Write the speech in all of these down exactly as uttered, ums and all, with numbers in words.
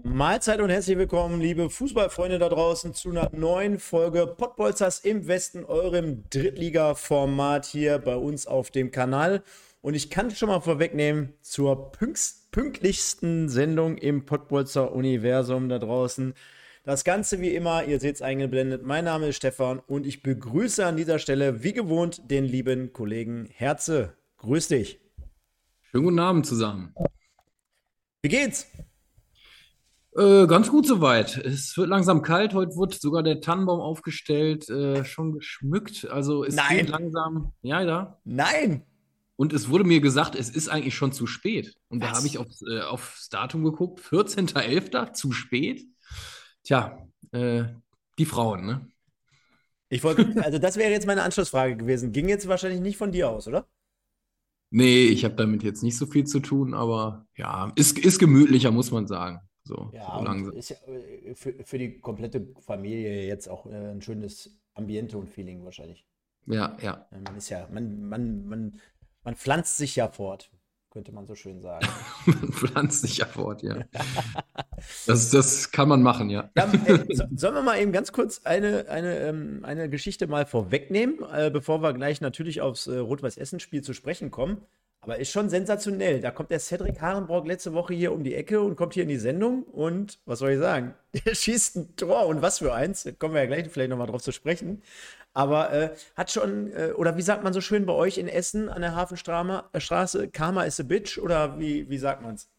Mahlzeit und herzlich willkommen, liebe Fußballfreunde da draußen, zu einer neuen Folge Pottbolzers im Westen, eurem Drittliga-Format hier bei uns auf dem Kanal. Und ich kann schon mal vorwegnehmen, zur pünks- pünktlichsten Sendung im Pottbolzer-Universum da draußen. Das Ganze wie immer, ihr seht es eingeblendet, mein Name ist Stefan und ich begrüße an dieser Stelle wie gewohnt den lieben Kollegen Herze. Grüß dich. Schönen guten Abend zusammen. Wie geht's? Äh, ganz gut soweit. Es wird langsam kalt. Heute wird sogar der Tannenbaum aufgestellt, äh, schon geschmückt. Also es geht Nein, langsam. Ja, ja. nein. Und es wurde mir gesagt, es ist eigentlich schon zu spät. Und da habe ich Was? aufs, äh, aufs Datum geguckt. vierzehnter elfter Zu spät? Tja, äh, die Frauen, ne? Ich wollte, also das wäre jetzt meine Anschlussfrage gewesen. Ging jetzt wahrscheinlich nicht von dir aus, oder? Nee, ich habe damit jetzt nicht so viel zu tun, aber ja, ist, ist gemütlicher, muss man sagen. So, Ja, so und langsam. ist ja äh, für, für die komplette Familie jetzt auch äh, ein schönes Ambiente und Feeling wahrscheinlich. Ja, ja. Ja, Man ist ja, man, man, man, man pflanzt sich ja fort, könnte man so schön sagen. Man pflanzt sich ja fort, ja. Das, das kann man machen, ja. Ja, äh, so, sollen wir mal eben ganz kurz eine, eine, ähm, eine Geschichte mal vorwegnehmen, äh, bevor wir gleich natürlich aufs äh, Rot-Weiß-Essen-Spiel zu sprechen kommen. Aber ist schon sensationell. Da kommt der Cedric Harenbrock letzte Woche hier um die Ecke und kommt hier in die Sendung und was soll ich sagen? Der schießt ein Tor und was für eins. Da kommen wir ja gleich vielleicht nochmal drauf zu sprechen. Aber äh, hat schon, äh, oder wie sagt man so schön bei euch in Essen an der Hafenstraße, Karma is a bitch oder wie, wie sagt man's?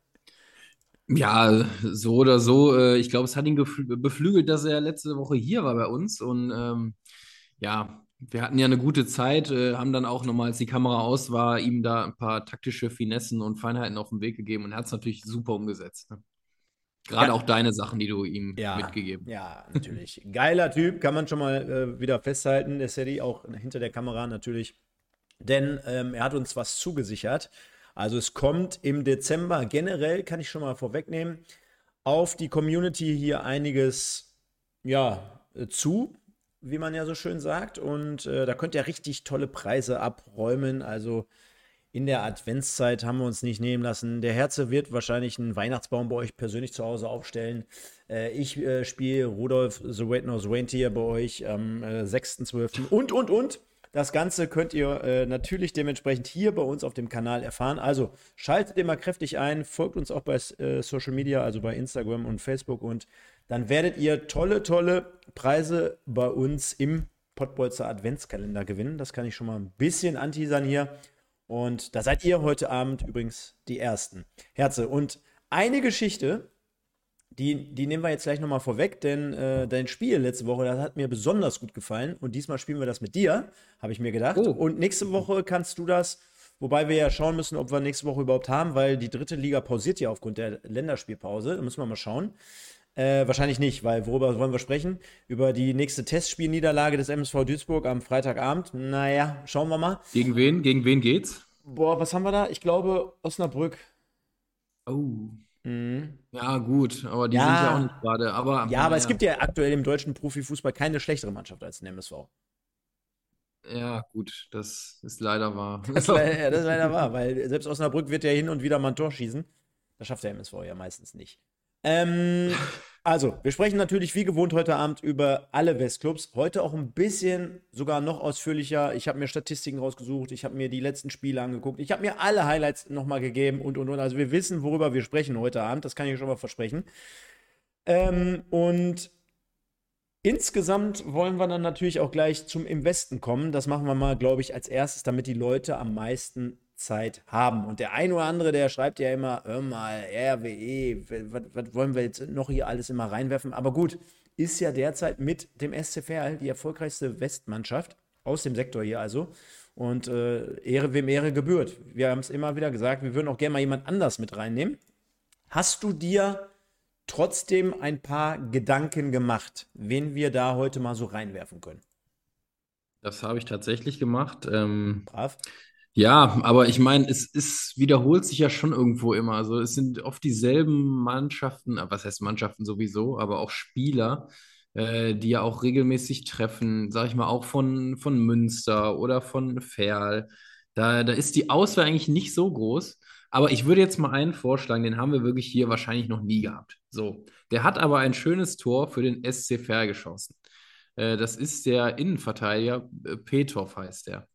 Ja, so oder so. Äh, ich glaube, es hat ihn geflü- beflügelt, dass er letzte Woche hier war bei uns. Und ähm, ja, wir hatten ja eine gute Zeit, äh, haben dann auch nochmal, als die Kamera aus war, ihm da ein paar taktische Finessen und Feinheiten auf den Weg gegeben und er hat es natürlich super umgesetzt. Ne? Gerade Ja, auch deine Sachen, die du ihm Ja, mitgegeben. ja, natürlich. Geiler Typ, kann man schon mal äh, wieder festhalten. Der Sadie auch hinter der Kamera natürlich. Denn ähm, er hat uns was zugesichert. Also es kommt im Dezember generell, kann ich schon mal vorwegnehmen, auf die Community hier einiges, ja, äh, zu, wie man ja so schön sagt. Und äh, da könnt ihr richtig tolle Preise abräumen. Also in der Adventszeit haben wir uns nicht nehmen lassen. Der Herze wird wahrscheinlich einen Weihnachtsbaum bei euch persönlich zu Hause aufstellen. Äh, ich äh, spiele Rudolph the Red-Nosed Reindeer bei euch am äh, sechsten zwölften Und, und, und. Das Ganze könnt ihr äh, natürlich dementsprechend hier bei uns auf dem Kanal erfahren. Also schaltet immer kräftig ein, folgt uns auch bei äh, Social Media, also bei Instagram und Facebook. Und dann werdet ihr tolle, tolle Preise bei uns im Pottbolzer Adventskalender gewinnen. Das kann ich schon mal ein bisschen anteasern hier. Und da seid ihr heute Abend übrigens die Ersten. Herze, und eine Geschichte, die, die nehmen wir jetzt gleich nochmal vorweg, denn äh, dein Spiel letzte Woche, das hat mir besonders gut gefallen. Und diesmal spielen wir das mit dir, habe ich mir gedacht. Oh, Und nächste Woche kannst du das, wobei wir ja schauen müssen, ob wir nächste Woche überhaupt haben, weil die dritte Liga pausiert ja aufgrund der Länderspielpause. Da müssen wir mal schauen. Äh, wahrscheinlich nicht, weil worüber wollen wir sprechen? Über die nächste Testspielniederlage des M S V Duisburg am Freitagabend. Naja, schauen wir mal. gegen wen? Gegen wen geht's? Boah, was haben wir da? Ich glaube Osnabrück. Oh, Mhm. ja, gut, aber die sind ja auch nicht Ja, gerade. Aber ja, aber es naja, gibt ja aktuell im deutschen Profifußball keine schlechtere Mannschaft als den M S V. ja, gut, das ist leider wahr. Das ist leider, ja, das ist leider wahr, weil selbst Osnabrück wird ja hin und wieder mal ein Tor schießen. Das schafft der M S V ja meistens nicht. Ähm, also, wir sprechen natürlich wie gewohnt heute Abend über alle Westclubs. Heute auch ein bisschen sogar noch ausführlicher. Ich habe mir Statistiken rausgesucht, ich habe mir die letzten Spiele angeguckt, ich habe mir alle Highlights nochmal gegeben und und und. Also, wir wissen, worüber wir sprechen heute Abend. Das kann ich schon mal versprechen. Ähm, und insgesamt wollen wir dann natürlich auch gleich zum Investen kommen. Das machen wir mal, glaube ich, als erstes, damit die Leute am meisten Zeit haben. Und der ein oder andere, der schreibt ja immer, hör mal, R W E, was, was wollen wir jetzt noch hier alles immer reinwerfen? Aber gut, ist ja derzeit mit dem S C Verl die erfolgreichste Westmannschaft aus dem Sektor hier also. Und äh, Ehre wem Ehre gebührt. Wir haben es immer wieder gesagt, wir würden auch gerne mal jemand anders mit reinnehmen. Hast du dir trotzdem ein paar Gedanken gemacht, wen wir da heute mal so reinwerfen können? Das habe ich tatsächlich gemacht. Ähm, Brav. ja, aber ich meine, es ist, wiederholt sich ja schon irgendwo immer. Also es sind oft dieselben Mannschaften, äh, was heißt Mannschaften sowieso, aber auch Spieler, äh, die ja auch regelmäßig treffen, sag ich mal, auch von, von Münster oder von Verl. Da, da ist die Auswahl eigentlich nicht so groß. Aber ich würde jetzt mal einen vorschlagen, den haben wir wirklich hier wahrscheinlich noch nie gehabt. So, der hat aber ein schönes Tor für den S C Verl geschossen. Äh, das ist der Innenverteidiger, äh, Petrov heißt der.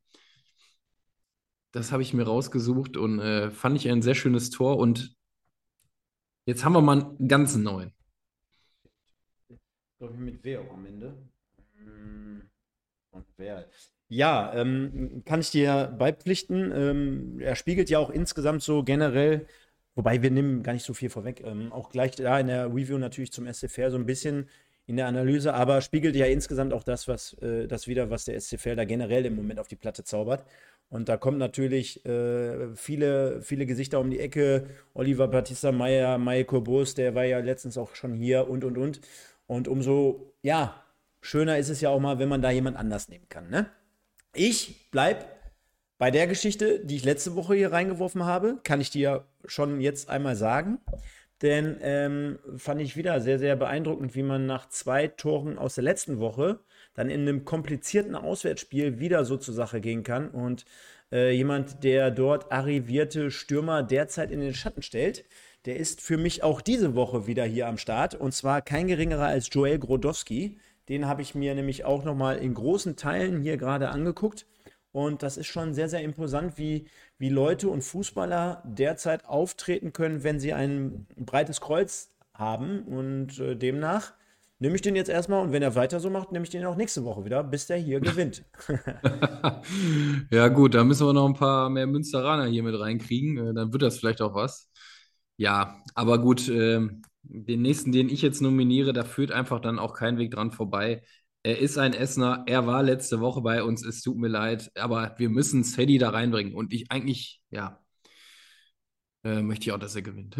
Das habe ich mir rausgesucht und äh, fand ich ein sehr schönes Tor. Und jetzt haben wir mal einen ganz neuen. Glaube ich mit W auch am Ende. Hm, Und wer? Ja, ähm, kann ich dir beipflichten. Ähm, er spiegelt ja auch insgesamt so generell, wobei wir nehmen gar nicht so viel vorweg, ähm, auch gleich da in der Review natürlich zum S C Verl so ein bisschen in der Analyse, aber spiegelt ja insgesamt auch das, was äh, das wieder, was der S C Verl da generell im Moment auf die Platte zaubert. Und da kommen natürlich äh, viele, viele Gesichter um die Ecke. Oliver Battista Meyer, Maiko Bus, der war ja letztens auch schon hier und und und. Und umso, ja, schöner ist es ja auch mal, wenn man da jemand anders nehmen kann, ne? Ich bleib bei der Geschichte, die ich letzte Woche hier reingeworfen habe, kann ich dir schon jetzt einmal sagen. Denn ähm, fand ich wieder sehr, sehr beeindruckend, wie man nach zwei Toren aus der letzten Woche dann in einem komplizierten Auswärtsspiel wieder so zur Sache gehen kann und äh, jemand, der dort arrivierte Stürmer derzeit in den Schatten stellt, der ist für mich auch diese Woche wieder hier am Start und zwar kein geringerer als Joel Grodowski. Den habe ich mir nämlich auch nochmal in großen Teilen hier gerade angeguckt. Und das ist schon sehr, sehr imposant, wie, wie Leute und Fußballer derzeit auftreten können, wenn sie ein breites Kreuz haben. Und äh, demnach nehme ich den jetzt erstmal und wenn er weiter so macht, nehme ich den auch nächste Woche wieder, bis der hier gewinnt. Ja, gut, da müssen wir noch ein paar mehr Münsteraner hier mit reinkriegen. Äh, dann wird das vielleicht auch was. Ja, aber gut, ähm, den nächsten, den ich jetzt nominiere, da führt einfach dann auch kein Weg dran vorbei. Er ist ein Essener, er war letzte Woche bei uns, es tut mir leid, aber wir müssen Sadie da reinbringen. Und ich eigentlich, ja, äh, möchte ich auch, dass er gewinnt.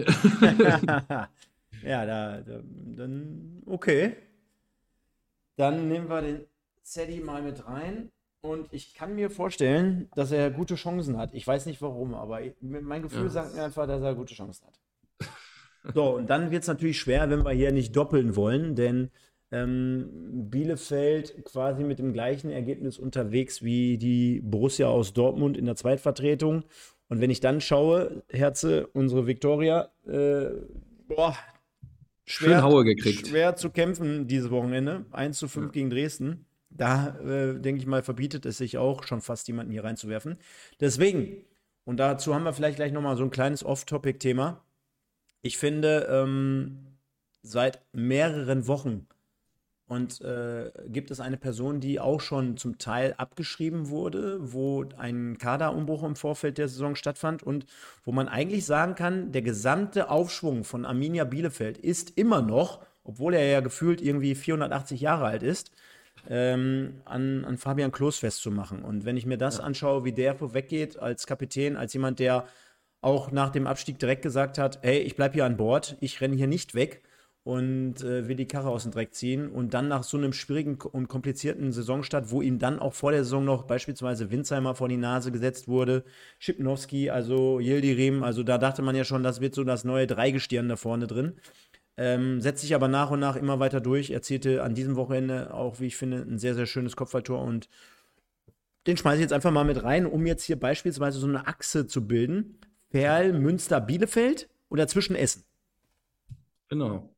Ja, da, da, dann okay. Dann nehmen wir den Sadie mal mit rein. Und ich kann mir vorstellen, dass er gute Chancen hat. Ich weiß nicht warum, aber mein Gefühl Ja. sagt mir einfach, dass er gute Chancen hat. So, und dann wird es natürlich schwer, wenn wir hier nicht doppeln wollen, denn ähm, Bielefeld quasi mit dem gleichen Ergebnis unterwegs wie die Borussia aus Dortmund in der Zweitvertretung. Und wenn ich dann schaue, Herze, unsere Viktoria, äh, boah, Schön schwer, Haue gekriegt. schwer zu kämpfen dieses Wochenende. eins zu fünf Ja. gegen Dresden. Da, äh, denke ich mal, verbietet es sich auch, schon fast jemanden hier reinzuwerfen. Deswegen, und dazu haben wir vielleicht gleich nochmal so ein kleines Off-Topic-Thema. Ich finde, ähm, seit mehreren Wochen und äh, gibt es eine Person, die auch schon zum Teil abgeschrieben wurde, wo ein Kaderumbruch im Vorfeld der Saison stattfand und wo man eigentlich sagen kann, der gesamte Aufschwung von Arminia Bielefeld ist immer noch, obwohl er ja gefühlt irgendwie vierhundertachtzig Jahre alt ist, ähm, an, an Fabian Klos festzumachen. Und wenn ich mir das Ja. anschaue, wie der weggeht als Kapitän, als jemand, der auch nach dem Abstieg direkt gesagt hat, hey, ich bleibe hier an Bord, ich renne hier nicht weg und äh, will die Karre aus dem Dreck ziehen. Und dann nach so einem schwierigen und komplizierten Saisonstart, wo ihm dann auch vor der Saison noch beispielsweise Winzheimer vor die Nase gesetzt wurde, Schipnowski, also Yildirim, also da dachte man ja schon, das wird so das neue Dreigestirn da vorne drin. Ähm, setzt sich aber nach und nach immer weiter durch, erzielte an diesem Wochenende auch, wie ich finde, ein sehr, sehr schönes Kopfballtor und den schmeiße ich jetzt einfach mal mit rein, um jetzt hier beispielsweise so eine Achse zu bilden. Perl, Münster, Bielefeld oder zwischen Essen. Genau.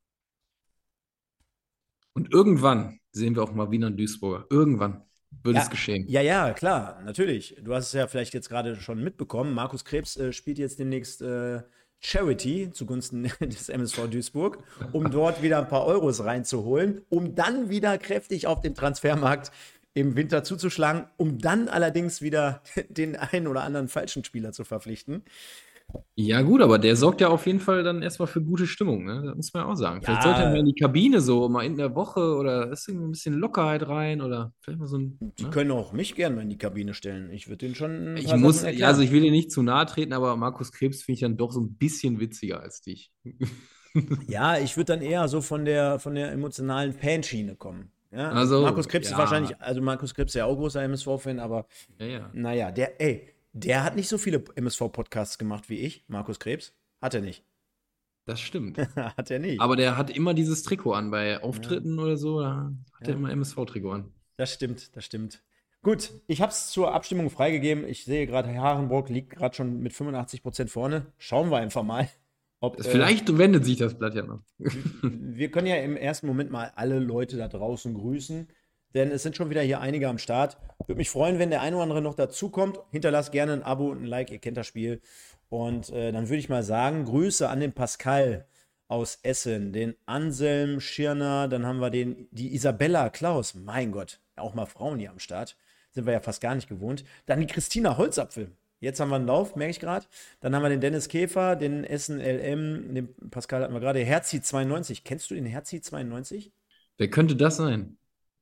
Und irgendwann sehen wir auch mal Wiener und Duisburger. Irgendwann wird es Ja, geschehen. ja, ja, klar, natürlich. Du hast es ja vielleicht jetzt gerade schon mitbekommen. Markus Krebs äh, spielt jetzt demnächst äh, Charity zugunsten des M S V Duisburg, um dort wieder ein paar Euros reinzuholen, um dann wieder kräftig auf dem Transfermarkt im Winter zuzuschlagen, um dann allerdings wieder den einen oder anderen falschen Spieler zu verpflichten. Ja, gut, aber der sorgt ja auf jeden Fall dann erstmal für gute Stimmung, ne? Das muss man ja auch sagen. Vielleicht sollte er mal in Ja, die Kabine so, mal in der Woche oder ist irgendwie ein bisschen Lockerheit rein oder vielleicht mal so ein, die ne? können auch mich gerne mal in die Kabine stellen. Ich würde denen schon ein Ich paar Sachen muss, also erklären. ich will dir nicht zu nahe treten, aber Markus Krebs finde ich dann doch so ein bisschen witziger als dich. Ja, ich würde dann eher so von der, von der emotionalen Fanschiene kommen. Ja, also Markus Also, Krebs ist ja, wahrscheinlich, also Markus Krebs ist ja auch großer M S V-Fan, aber ja, ja, naja, der, ey, der hat nicht so viele M S V-Podcasts gemacht wie ich, Markus Krebs. Hat er nicht. das stimmt. Hat er nicht. Aber der hat immer dieses Trikot an. Bei Ja, Auftritten oder so, da hat er ja, immer M S V-Trikot an. das stimmt, das stimmt. Gut, ich habe es zur Abstimmung freigegeben. Ich sehe gerade, Harenbrock liegt gerade schon mit fünfundachtzig Prozent vorne. Schauen wir einfach mal, ob äh, Vielleicht wendet sich das Blatt ja noch. wir können ja im ersten Moment mal alle Leute da draußen grüßen, denn es sind schon wieder hier einige am Start. Würde mich freuen, wenn der eine oder andere noch dazukommt. Hinterlasst gerne ein Abo und ein Like, ihr kennt das Spiel. Und äh, dann würde ich mal sagen, Grüße an den Pascal aus Essen, den Anselm Schirner, dann haben wir den, die Isabella Klaus, mein Gott, auch mal Frauen hier am Start. Sind wir ja fast gar nicht gewohnt. Dann die Christina Holzapfel. Jetzt haben wir einen Lauf, merke ich gerade. Dann haben wir den Dennis Käfer, den Essen L M, den Pascal hatten wir gerade. Herzi zweiundneunzig. Kennst du den Herzi zweiundneunzig? Wer könnte das sein?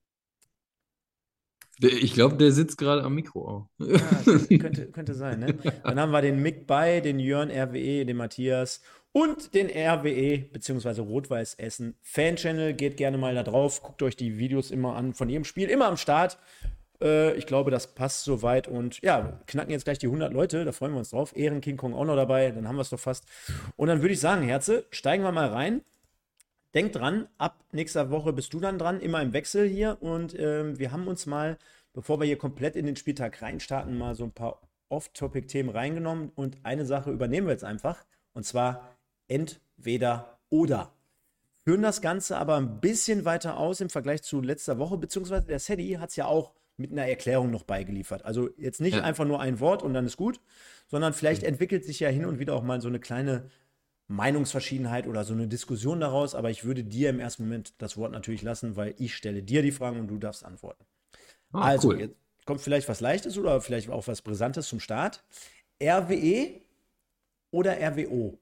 Der, ich glaube, der sitzt gerade am Mikro auch. Ja, könnte, könnte, könnte sein, ne? Dann haben wir den Mick Bay, den Jörn R W E, den Matthias und den R W E, beziehungsweise Rot-Weiß Essen Fan-Channel. Geht gerne mal da drauf, guckt euch die Videos immer an von jedem Spiel, immer am Start. Äh, ich glaube, das passt soweit und ja, wir knacken jetzt gleich die hundert Leute, da freuen wir uns drauf. Ehren King Kong auch noch dabei, dann haben wir es doch fast. Und dann würde ich sagen, Herze, steigen wir mal rein. Denk dran, ab nächster Woche bist du dann dran, immer im Wechsel hier. Und ähm, wir haben uns mal, bevor wir hier komplett in den Spieltag reinstarten, mal so ein paar Off-Topic-Themen reingenommen. Und eine Sache übernehmen wir jetzt einfach. Und zwar entweder oder. Führen das Ganze aber ein bisschen weiter aus im Vergleich zu letzter Woche, beziehungsweise der Sadie hat es ja auch mit einer Erklärung noch beigeliefert. Also jetzt nicht Ja. einfach nur ein Wort und dann ist gut, sondern vielleicht entwickelt sich ja hin und wieder auch mal so eine kleine Meinungsverschiedenheit oder so eine Diskussion daraus, aber ich würde dir im ersten Moment das Wort natürlich lassen, weil ich stelle dir die Fragen und du darfst antworten. Ah, Also, cool. jetzt kommt vielleicht was Leichtes oder vielleicht auch was Brisantes zum Start. R W E oder R W O?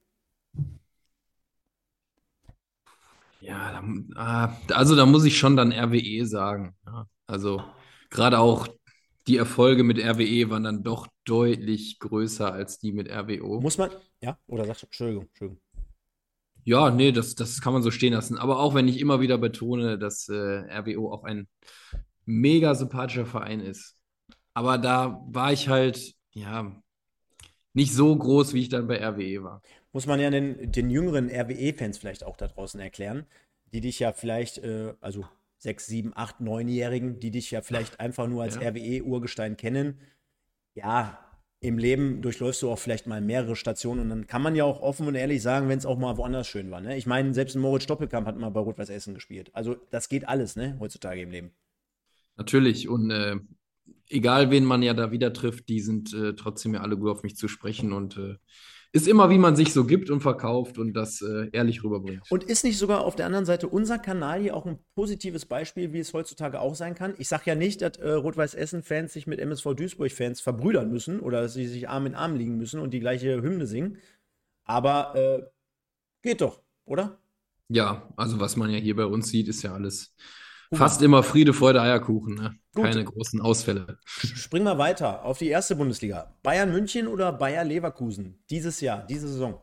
Ja, da, ah, also da muss ich schon dann R W E sagen. Ja, also gerade auch die Erfolge mit R W E waren dann doch deutlich größer als die mit R W O. Muss man, ja, oder sagst du, Entschuldigung, Entschuldigung. Ja, nee, das, das kann man so stehen lassen. Aber auch wenn ich immer wieder betone, dass äh, R W O auch ein mega sympathischer Verein ist. Aber da war ich halt, ja, nicht so groß, wie ich dann bei R W E war. Muss man ja den, den jüngeren R W E-Fans vielleicht auch da draußen erklären, die dich ja vielleicht, äh, also sechs, sieben, acht, neunjährigen, die dich ja vielleicht einfach nur als Ja. R W E-Urgestein kennen. Ja, im Leben durchläufst du auch vielleicht mal mehrere Stationen und dann kann man ja auch offen und ehrlich sagen, wenn es auch mal woanders schön war. Ne? Ich meine, selbst ein Moritz Stoppelkamp hat mal bei Rot-Weiß Essen gespielt. Also das geht alles, ne, heutzutage im Leben. Natürlich. Und äh, egal, wen man ja da wieder trifft, die sind äh, trotzdem ja alle gut auf mich zu sprechen und äh, ist immer, wie man sich so gibt und verkauft und das äh, ehrlich rüberbringt. Und ist nicht sogar auf der anderen Seite unser Kanal hier auch ein positives Beispiel, wie es heutzutage auch sein kann? Ich sage ja nicht, dass äh, Rot-Weiß Essen-Fans sich mit M S V Duisburg-Fans verbrüdern müssen oder dass sie sich Arm in Arm liegen müssen und die gleiche Hymne singen. Aber äh, geht doch, oder? Ja, also was man ja hier bei uns sieht, ist ja alles Human. fast immer Friede, Freude, Eierkuchen. Ne? Gut, Keine großen Ausfälle. springen wir weiter auf die erste Bundesliga. Bayern München oder Bayer Leverkusen? Dieses Jahr, diese Saison.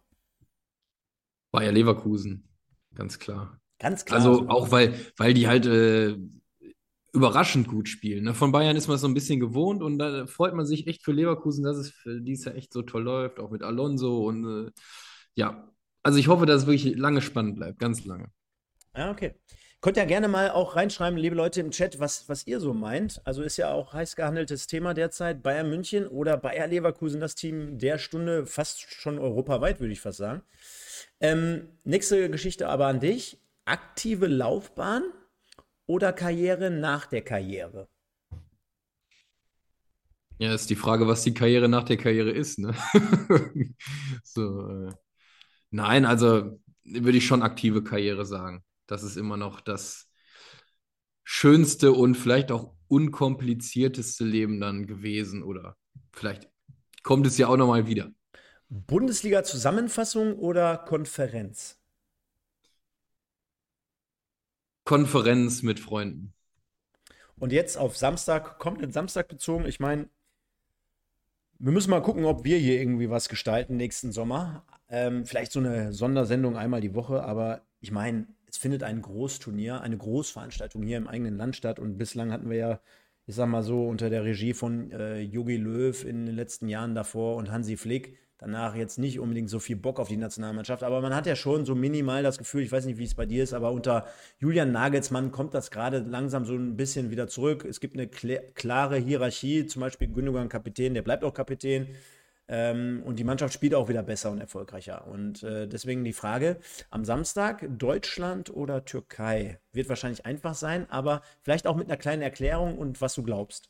Bayer Leverkusen, ganz klar. Ganz klar. Also Also, auch weil, weil die halt äh, überraschend gut spielen. Ne? Von Bayern ist man es so ein bisschen gewohnt und da freut man sich echt für Leverkusen, dass es für dieses Jahr echt so toll läuft, auch mit Alonso und äh, ja. Also ich hoffe, dass es wirklich lange spannend bleibt, ganz lange. ja, okay. Könnt ja gerne mal auch reinschreiben, liebe Leute im Chat, was, was ihr so meint. Also ist ja auch heiß gehandeltes Thema derzeit. Bayern München oder Bayer Leverkusen, das Team der Stunde, fast schon europaweit, würde ich fast sagen. Ähm, nächste Geschichte aber an dich. Aktive Laufbahn oder Karriere nach der Karriere? Ja, ist die Frage, was die Karriere nach der Karriere ist, ne? So, äh, nein, also würde ich schon aktive Karriere sagen. Das ist immer noch das schönste und vielleicht auch unkomplizierteste Leben dann gewesen. Oder vielleicht kommt es ja auch nochmal wieder. Bundesliga-Zusammenfassung oder Konferenz? Konferenz mit Freunden. Und jetzt auf Samstag, komplett Samstag bezogen. Ich meine, wir müssen mal gucken, ob wir hier irgendwie was gestalten nächsten Sommer. Ähm, vielleicht so eine Sondersendung einmal die Woche, aber ich meine, es findet ein Großturnier, eine Großveranstaltung hier im eigenen Land statt und bislang hatten wir ja, ich sag mal so, unter der Regie von äh, Jogi Löw in den letzten Jahren davor und Hansi Flick danach jetzt nicht unbedingt so viel Bock auf die Nationalmannschaft, aber man hat ja schon so minimal das Gefühl, ich weiß nicht, wie es bei dir ist, aber unter Julian Nagelsmann kommt das gerade langsam so ein bisschen wieder zurück. Es gibt eine klare Hierarchie, zum Beispiel Gündogan Kapitän, der bleibt auch Kapitän. Ähm, und die Mannschaft spielt auch wieder besser und erfolgreicher. Und äh, deswegen die Frage, am Samstag Deutschland oder Türkei? Wird wahrscheinlich einfach sein, aber vielleicht auch mit einer kleinen Erklärung und was du glaubst.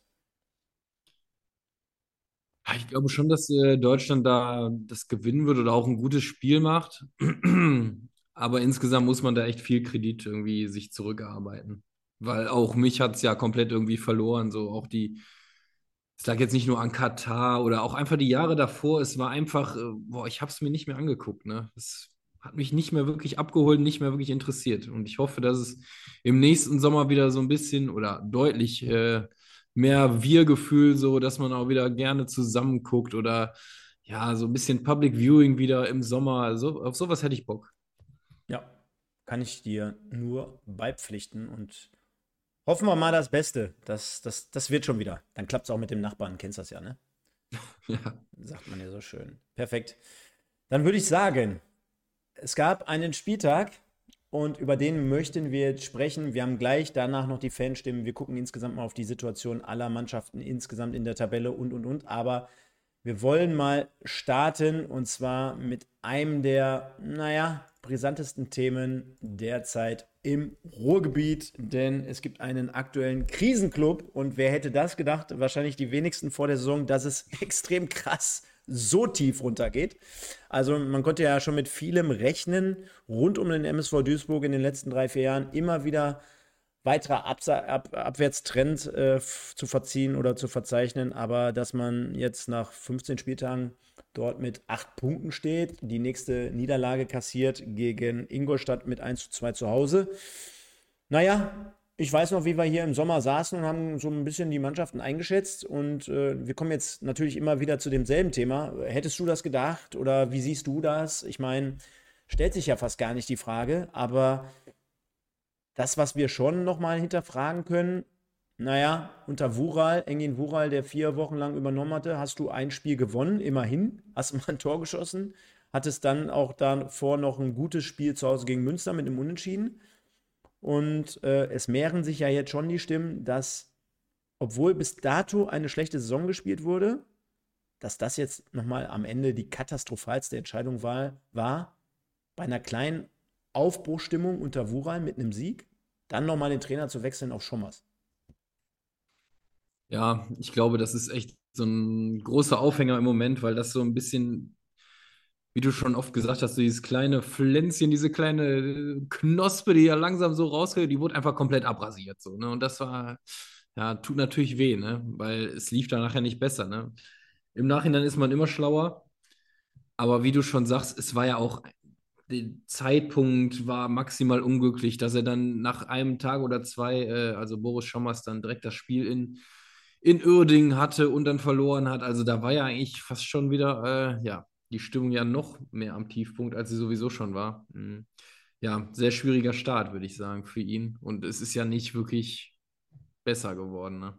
Ja, ich glaube schon, dass äh, Deutschland da das gewinnen wird oder auch ein gutes Spiel macht. Aber insgesamt muss man da echt viel Kredit irgendwie sich zurückarbeiten. Weil auch mich hat es ja komplett irgendwie verloren. So auch die, es lag jetzt nicht nur an Katar oder auch einfach die Jahre davor. Es war einfach, äh, boah, ich habe es mir nicht mehr angeguckt. Ne? Es hat mich nicht mehr wirklich abgeholt, nicht mehr wirklich interessiert. Und ich hoffe, dass es im nächsten Sommer wieder so ein bisschen oder deutlich äh, mehr Wir-Gefühl, so dass man auch wieder gerne zusammen guckt oder ja, so ein bisschen Public Viewing wieder im Sommer. So, auf sowas hätte ich Bock. Ja, kann ich dir nur beipflichten und hoffen wir mal das Beste. Das, das, das wird schon wieder. Dann klappt es auch mit dem Nachbarn, kennst das ja, ne? Ja. Sagt man ja so schön. Perfekt. Dann würde ich sagen, es gab einen Spieltag und über den möchten wir jetzt sprechen. Wir haben gleich danach noch die Fanstimmen. Wir gucken insgesamt mal auf die Situation aller Mannschaften insgesamt in der Tabelle und, und, und. Aber wir wollen mal starten und zwar mit einem der, naja, brisantesten Themen derzeit im Ruhrgebiet, denn es gibt einen aktuellen Krisenclub und wer hätte das gedacht? Wahrscheinlich die wenigsten vor der Saison, dass es extrem krass so tief runtergeht. Also man konnte ja schon mit vielem rechnen rund um den M S V Duisburg in den letzten drei, vier Jahren immer wieder weiterer Absa Ab Abwärtstrend äh, zu verziehen oder zu verzeichnen, aber dass man jetzt nach fünfzehn Spieltagen dort mit acht Punkten steht, die nächste Niederlage kassiert gegen Ingolstadt mit eins zu zwei zu Hause. Naja, ich weiß noch, wie wir hier im Sommer saßen und haben so ein bisschen die Mannschaften eingeschätzt und äh, wir kommen jetzt natürlich immer wieder zu demselben Thema. Hättest du das gedacht oder wie siehst du das? Ich meine, stellt sich ja fast gar nicht die Frage, aber das, was wir schon nochmal hinterfragen können, naja, unter Wural, Engin Wural, der vier Wochen lang übernommen hatte, hast du ein Spiel gewonnen, immerhin, hast mal ein Tor geschossen, hattest dann auch davor noch ein gutes Spiel zu Hause gegen Münster mit einem Unentschieden. Und äh, es mehren sich ja jetzt schon die Stimmen, dass, obwohl bis dato eine schlechte Saison gespielt wurde, dass das jetzt nochmal am Ende die katastrophalste Entscheidung war, war bei einer kleinen Aufbruchstimmung unter Wural mit einem Sieg, dann nochmal den Trainer zu wechseln auf Schommers. Ja, ich glaube, das ist echt so ein großer Aufhänger im Moment, weil das so ein bisschen, wie du schon oft gesagt hast, so dieses kleine Pflänzchen, diese kleine äh, Knospe, die ja langsam so rausgeht, die wurde einfach komplett abrasiert. So, ne? Und das war, ja, tut natürlich weh, ne? Weil es lief dann nachher nicht besser, ne? Im Nachhinein ist man immer schlauer, aber wie du schon sagst, es war ja auch, der Zeitpunkt war maximal unglücklich, dass er dann nach einem Tag oder zwei, äh, also Boris Schommers, dann direkt das Spiel in, in Uerdingen hatte und dann verloren hat. Also da war ja eigentlich fast schon wieder, äh, ja, die Stimmung ja noch mehr am Tiefpunkt, als sie sowieso schon war. Mhm. Ja, sehr schwieriger Start, würde ich sagen, für ihn. Und es ist ja nicht wirklich besser geworden, ne?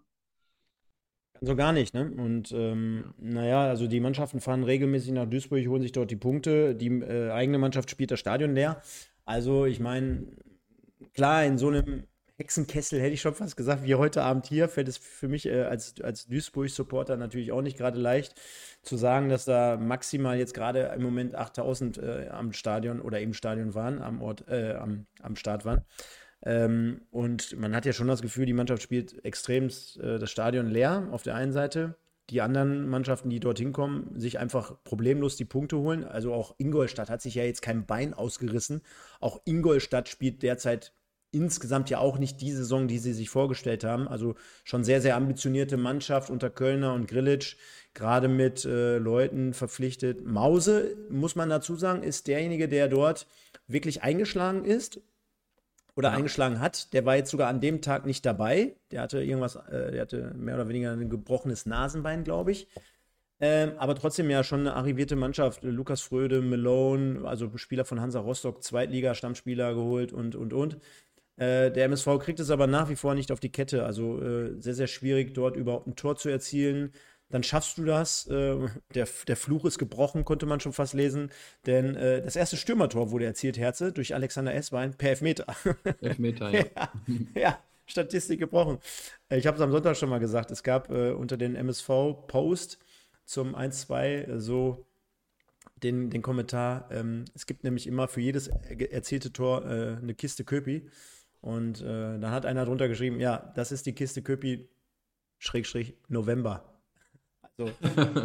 So gar nicht, ne? Und ähm, Ja. naja, also die Mannschaften fahren regelmäßig nach Duisburg, holen sich dort die Punkte. Die äh, eigene Mannschaft spielt das Stadion leer. Also ich meine, klar, in so einem Hexenkessel hätte ich schon fast gesagt, wie heute Abend hier, fällt es für mich äh, als, als Duisburg-Supporter natürlich auch nicht gerade leicht zu sagen, dass da maximal jetzt gerade im Moment achttausend äh, am Stadion oder im Stadion waren, am Ort, äh, am, am Start waren. Ähm, und man hat ja schon das Gefühl, die Mannschaft spielt extrem äh, das Stadion leer auf der einen Seite. Die anderen Mannschaften, die dorthin kommen, sich einfach problemlos die Punkte holen. Also auch Ingolstadt hat sich ja jetzt kein Bein ausgerissen. Auch Ingolstadt spielt derzeit insgesamt ja auch nicht die Saison, die sie sich vorgestellt haben. Also schon sehr, sehr ambitionierte Mannschaft unter Kölner und Grillitsch, gerade mit äh, Leuten verpflichtet. Mause, muss man dazu sagen, ist derjenige, der dort wirklich eingeschlagen ist oder Ja. eingeschlagen hat. Der war jetzt sogar an dem Tag nicht dabei. Der hatte irgendwas, äh, der hatte mehr oder weniger ein gebrochenes Nasenbein, glaube ich. Ähm, aber trotzdem ja schon eine arrivierte Mannschaft. Lukas Fröde, Malone, also Spieler von Hansa Rostock, Zweitliga-Stammspieler geholt und, und, und. Äh, der M S V kriegt es aber nach wie vor nicht auf die Kette. Also äh, sehr, sehr schwierig, dort überhaupt ein Tor zu erzielen. dann schaffst du das. Äh, der, der Fluch ist gebrochen, konnte man schon fast lesen. Denn äh, das erste Stürmertor wurde erzielt, Herze, durch Alexander Esswein per Elfmeter. Elfmeter, ja. Ja, ja, Statistik gebrochen. Äh, Ich habe es am Sonntag schon mal gesagt. Es gab äh, unter den M S V-Post zum eins zwei äh, so den, den Kommentar. Ähm, es gibt nämlich immer für jedes er erzielte Tor äh, eine Kiste Köpi. Und äh, dann hat einer drunter geschrieben: Ja, das ist die Kiste Köpi, Schrägstrich November. Also,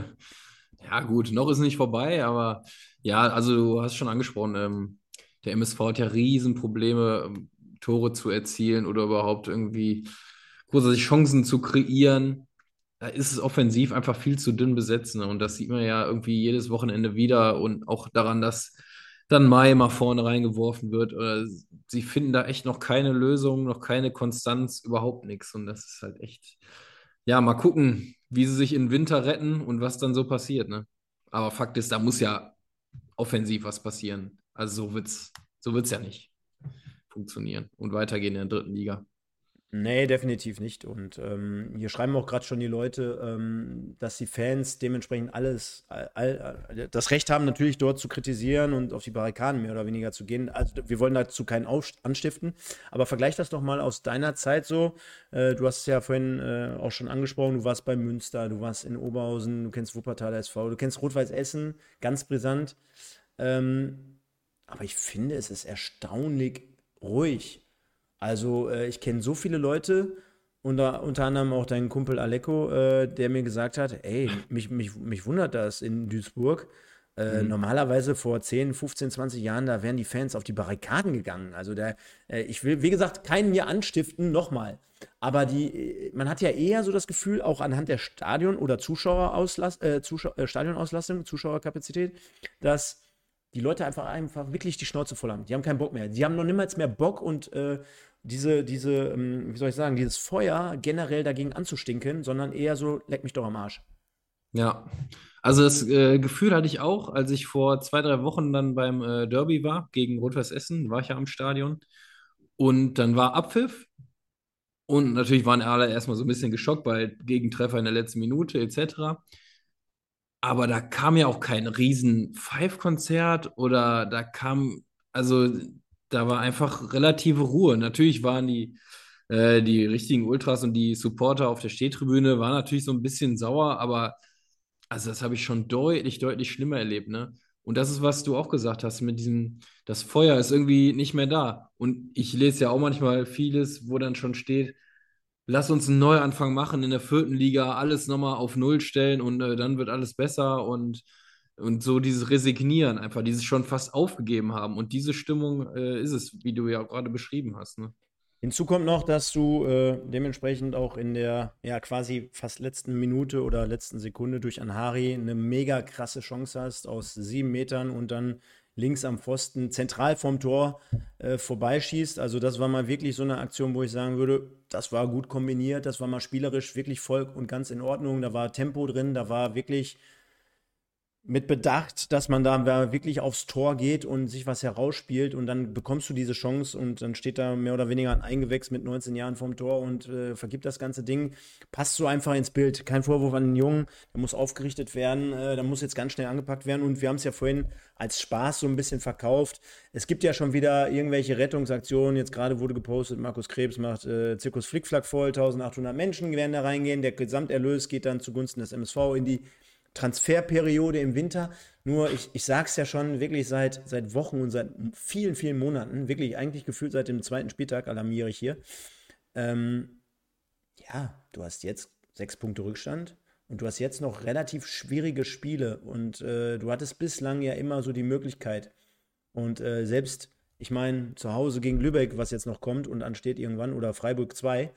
Ja, gut, noch ist nicht vorbei, aber ja, also du hast schon angesprochen, ähm, der M S V hat ja Riesenprobleme, ähm, Tore zu erzielen oder überhaupt irgendwie großartig Chancen zu kreieren. Da ist es offensiv einfach viel zu dünn besetzt, ne? Und das sieht man ja irgendwie jedes Wochenende wieder und auch daran, dass dann Mai mal vorne reingeworfen wird. Oder sie finden da echt noch keine Lösung, noch keine Konstanz, überhaupt nichts. Und das ist halt echt, ja, mal gucken, wie sie sich in den Winter retten und was dann so passiert, ne? Aber Fakt ist, da muss ja offensiv was passieren. Also so wird's, so wird's ja nicht funktionieren und weitergehen in der dritten Liga. nee, definitiv nicht. Und ähm, hier schreiben auch gerade schon die Leute, ähm, dass die Fans dementsprechend alles, all, all, das Recht haben, natürlich dort zu kritisieren und auf die Barrikaden mehr oder weniger zu gehen. Also wir wollen dazu keinen Auf anstiften, aber vergleich das doch mal aus deiner Zeit so. Äh, du hast es ja vorhin äh, auch schon angesprochen, du warst bei Münster, du warst in Oberhausen, du kennst Wuppertaler S V, du kennst Rot-Weiß Essen, ganz brisant. Ähm, aber ich finde, es ist erstaunlich ruhig. Also, äh, ich kenne so viele Leute, unter, unter anderem auch deinen Kumpel Aleko, äh, der mir gesagt hat, ey, mich, mich, mich wundert das in Duisburg. Äh, Mhm. normalerweise vor zehn, fünfzehn, zwanzig Jahren, da wären die Fans auf die Barrikaden gegangen. Also da, äh, ich will, wie gesagt, keinen hier anstiften, nochmal. Aber die, äh, man hat ja eher so das Gefühl, auch anhand der Stadion- oder Zuschauerauslas äh, Zuschau äh, Stadionauslastung, Zuschauerkapazität, dass die Leute einfach einfach wirklich die Schnauze voll haben. Die haben keinen Bock mehr. Die haben noch niemals mehr Bock und äh, diese, diese, ähm, wie soll ich sagen, dieses Feuer generell dagegen anzustinken, sondern eher so, leck mich doch am Arsch. Ja, also das äh, Gefühl hatte ich auch, als ich vor zwei, drei Wochen dann beim äh, Derby war, gegen Rot-Weiß Essen, war ich ja am Stadion. Und dann war Abpfiff und natürlich waren alle erstmal so ein bisschen geschockt, weil Gegentreffer in der letzten Minute et cetera. Aber da kam ja auch kein riesen Five-Konzert oder da kam, also da war einfach relative Ruhe. Natürlich waren die, äh, die richtigen Ultras und die Supporter auf der Stehtribüne waren natürlich so ein bisschen sauer, aber also das habe ich schon deutlich, deutlich schlimmer erlebt, ne? Und das ist, was du auch gesagt hast, mit diesem, das Feuer ist irgendwie nicht mehr da. Und ich lese ja auch manchmal vieles, wo dann schon steht, lass uns einen Neuanfang machen in der vierten Liga, alles nochmal auf Null stellen und äh, dann wird alles besser und, und so dieses Resignieren, einfach dieses schon fast aufgegeben haben. Und diese Stimmung äh, ist es, wie du ja auch gerade beschrieben hast, ne? Hinzu kommt noch, dass du äh, dementsprechend auch in der ja quasi fast letzten Minute oder letzten Sekunde durch Anhari eine mega krasse Chance hast aus sieben Metern und dann links am Pfosten zentral vorm Tor äh, vorbeischießt. Also das war mal wirklich so eine Aktion, wo ich sagen würde, das war gut kombiniert, das war mal spielerisch wirklich voll und ganz in Ordnung. Da war Tempo drin, da war wirklich mit Bedacht, dass man da wirklich aufs Tor geht und sich was herausspielt und dann bekommst du diese Chance und dann steht da mehr oder weniger ein Eingewächs mit neunzehn Jahren vorm Tor und äh, vergibt das ganze Ding. Passt so einfach ins Bild. Kein Vorwurf an den Jungen, der muss aufgerichtet werden, äh, der muss jetzt ganz schnell angepackt werden und wir haben es ja vorhin als Spaß so ein bisschen verkauft. Es gibt ja schon wieder irgendwelche Rettungsaktionen, jetzt gerade wurde gepostet, Markus Krebs macht äh, Zirkus Flickflack voll, eintausendachthundert Menschen werden da reingehen, der Gesamterlös geht dann zugunsten des M S V in die Transferperiode im Winter. Nur, ich, ich sage es ja schon wirklich seit, seit Wochen und seit vielen, vielen Monaten, wirklich eigentlich gefühlt seit dem zweiten Spieltag alarmiere ich hier. Ähm, ja, du hast jetzt sechs Punkte Rückstand und du hast jetzt noch relativ schwierige Spiele und äh, du hattest bislang ja immer so die Möglichkeit. Und äh, selbst, ich meine, zu Hause gegen Lübeck, was jetzt noch kommt und ansteht irgendwann, oder Freiburg zwei.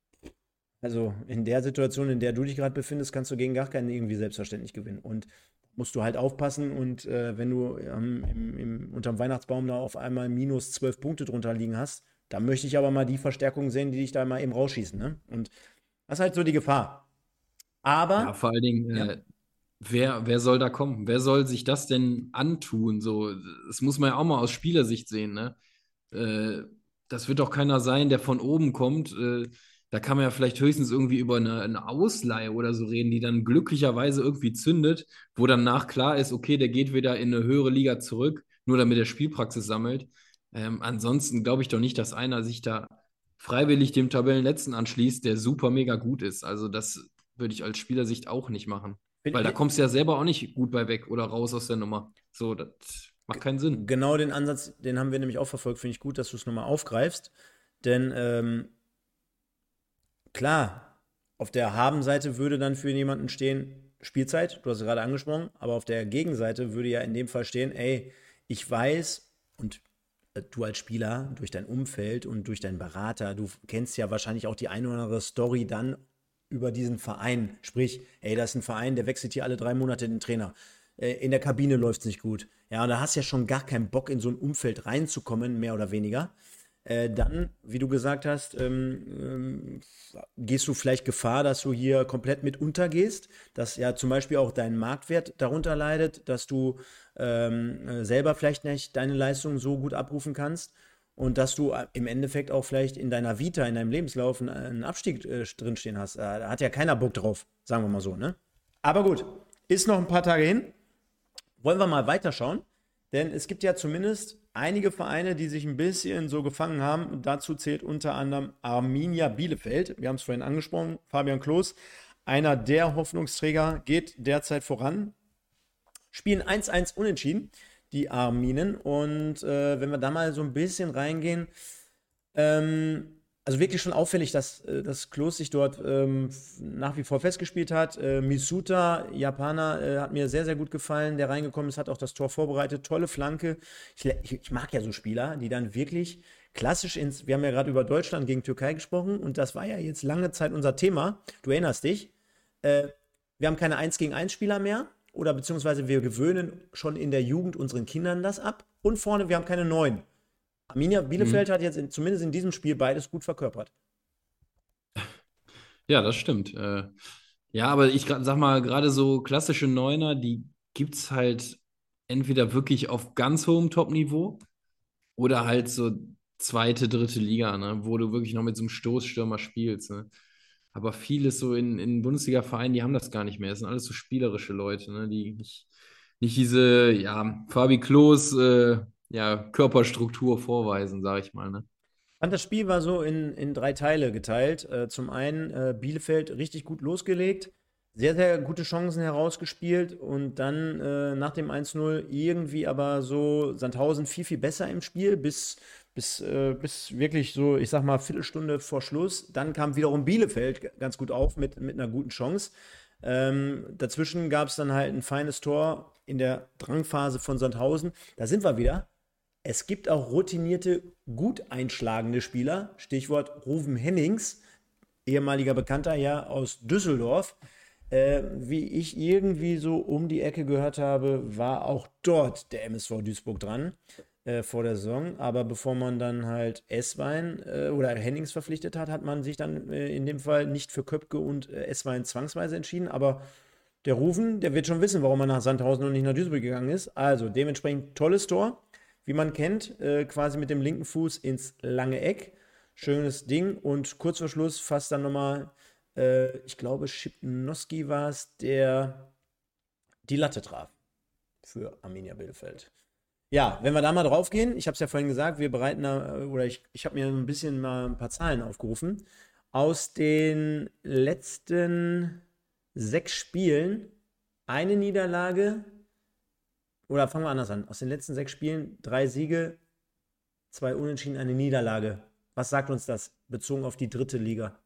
Also in der Situation, in der du dich gerade befindest, kannst du gegen gar keinen irgendwie selbstverständlich gewinnen. Und musst du halt aufpassen und äh, wenn du ähm, im, im, unterm Weihnachtsbaum da auf einmal minus zwölf Punkte drunter liegen hast, dann möchte ich aber mal die Verstärkung sehen, die dich da mal eben rausschießen. Ne? Und das ist halt so die Gefahr. Ja, Aber, vor allen Dingen, ja, äh, wer, wer soll da kommen? Wer soll sich das denn antun? So, das muss man ja auch mal aus Spielersicht sehen, ne? Äh, Das wird doch keiner sein, der von oben kommt. Äh, Da kann man ja vielleicht höchstens irgendwie über eine, eine Ausleihe oder so reden, die dann glücklicherweise irgendwie zündet, wo danach klar ist, okay, der geht wieder in eine höhere Liga zurück, nur damit er Spielpraxis sammelt. Ähm, ansonsten glaube ich doch nicht, dass einer sich da freiwillig dem Tabellenletzten anschließt, der super mega gut ist. Also das würde ich als Spielersicht auch nicht machen. Bin, Weil da bin, kommst du ja selber auch nicht gut bei weg oder raus aus der Nummer. So, das macht keinen Sinn. genau den Ansatz, den haben wir nämlich auch verfolgt, finde ich gut, dass du es nochmal aufgreifst. Denn ähm, klar, auf der Haben-Seite würde dann für jemanden stehen, Spielzeit, du hast es gerade angesprochen, aber auf der Gegenseite würde ja in dem Fall stehen, ey, ich weiß und äh, du als Spieler durch dein Umfeld und durch deinen Berater, du kennst ja wahrscheinlich auch die eine oder andere Story dann über diesen Verein. Sprich, ey, das ist ein Verein, der wechselt hier alle drei Monate den Trainer. Äh, In der Kabine läuft es nicht gut. Ja, und da hast du ja schon gar keinen Bock, in so ein Umfeld reinzukommen, mehr oder weniger. Äh, dann, wie du gesagt hast, ähm, ähm, gehst du vielleicht Gefahr, dass du hier komplett mit untergehst, dass ja zum Beispiel auch dein Marktwert darunter leidet, dass du ähm, äh, selber vielleicht nicht deine Leistung so gut abrufen kannst und dass du äh, im Endeffekt auch vielleicht in deiner Vita, in deinem Lebenslauf einen, einen Abstieg äh, drinstehen hast. Äh, da hat ja keiner Bock drauf, sagen wir mal so, ne? Aber gut, ist noch ein paar Tage hin. Wollen wir mal weiterschauen? Denn es gibt ja zumindest einige Vereine, die sich ein bisschen so gefangen haben. Dazu zählt unter anderem Arminia Bielefeld. Wir haben es vorhin angesprochen. Fabian Klos, einer der Hoffnungsträger, geht derzeit voran. Spielen eins eins unentschieden, die Arminen. Und äh, wenn wir da mal so ein bisschen reingehen, ähm, also wirklich schon auffällig, dass, äh, dass Klose sich dort ähm, nach wie vor festgespielt hat. Äh, Misuta, Japaner, äh, hat mir sehr, sehr gut gefallen, der reingekommen ist, hat auch das Tor vorbereitet. Tolle Flanke. Ich, ich, ich mag ja so Spieler, die dann wirklich klassisch ins. Wir haben ja gerade über Deutschland gegen Türkei gesprochen und das war ja jetzt lange Zeit unser Thema. Du erinnerst dich. Äh, Wir haben keine eins gegen eins Spieler mehr oder beziehungsweise wir gewöhnen schon in der Jugend unseren Kindern das ab. Und vorne, wir haben keine neuen. Arminia Bielefeld Mhm. hat jetzt in, zumindest in diesem Spiel beides gut verkörpert. Ja, das stimmt. Äh, ja, aber ich gra- sag mal, gerade so klassische Neuner, die gibt es halt entweder wirklich auf ganz hohem Top-Niveau oder halt so zweite, dritte Liga, ne, wo du wirklich noch mit so einem Stoßstürmer spielst. Ne? Aber vieles so in, in Bundesliga-Vereinen, die haben das gar nicht mehr. Das sind alles so spielerische Leute, ne, die nicht, nicht diese, ja, Fabi Klos, äh, ja, Körperstruktur vorweisen, sag ich mal. Ne? Ich fand, das Spiel war so in, in drei Teile geteilt. Äh, zum einen äh, Bielefeld richtig gut losgelegt, sehr, sehr gute Chancen herausgespielt und dann äh, nach dem eins null irgendwie aber so Sandhausen viel, viel besser im Spiel, bis, bis, äh, bis wirklich so, ich sag mal, Viertelstunde vor Schluss. Dann kam wiederum Bielefeld g- ganz gut auf mit, mit einer guten Chance. Ähm, dazwischen gab es dann halt ein feines Tor in der Drangphase von Sandhausen. Da sind wir wieder. Es gibt auch routinierte, gut einschlagende Spieler. Stichwort Ruven Hennings, ehemaliger Bekannter ja aus Düsseldorf. Äh, wie ich irgendwie so um die Ecke gehört habe, war auch dort der M S V Duisburg dran äh, vor der Saison. Aber bevor man dann halt Esswein äh, oder Hennings verpflichtet hat, hat man sich dann äh, in dem Fall nicht für Köpke und äh, Esswein zwangsweise entschieden. Aber der Rufen, der wird schon wissen, warum er nach Sandhausen und nicht nach Duisburg gegangen ist. Also dementsprechend tolles Tor, wie man kennt, äh, quasi mit dem linken Fuß ins lange Eck. Schönes Ding und kurz vor Schluss fast dann nochmal, äh, ich glaube, Schipnowski war es, der die Latte traf für Arminia Bielefeld. Ja, wenn wir da mal drauf gehen, ich habe es ja vorhin gesagt, wir bereiten da, äh, oder ich, ich habe mir ein bisschen mal ein paar Zahlen aufgerufen. Aus den letzten sechs Spielen eine Niederlage, oder fangen wir anders an. Aus den letzten sechs Spielen drei Siege, zwei Unentschieden, eine Niederlage. Was sagt uns das bezogen auf die dritte Liga?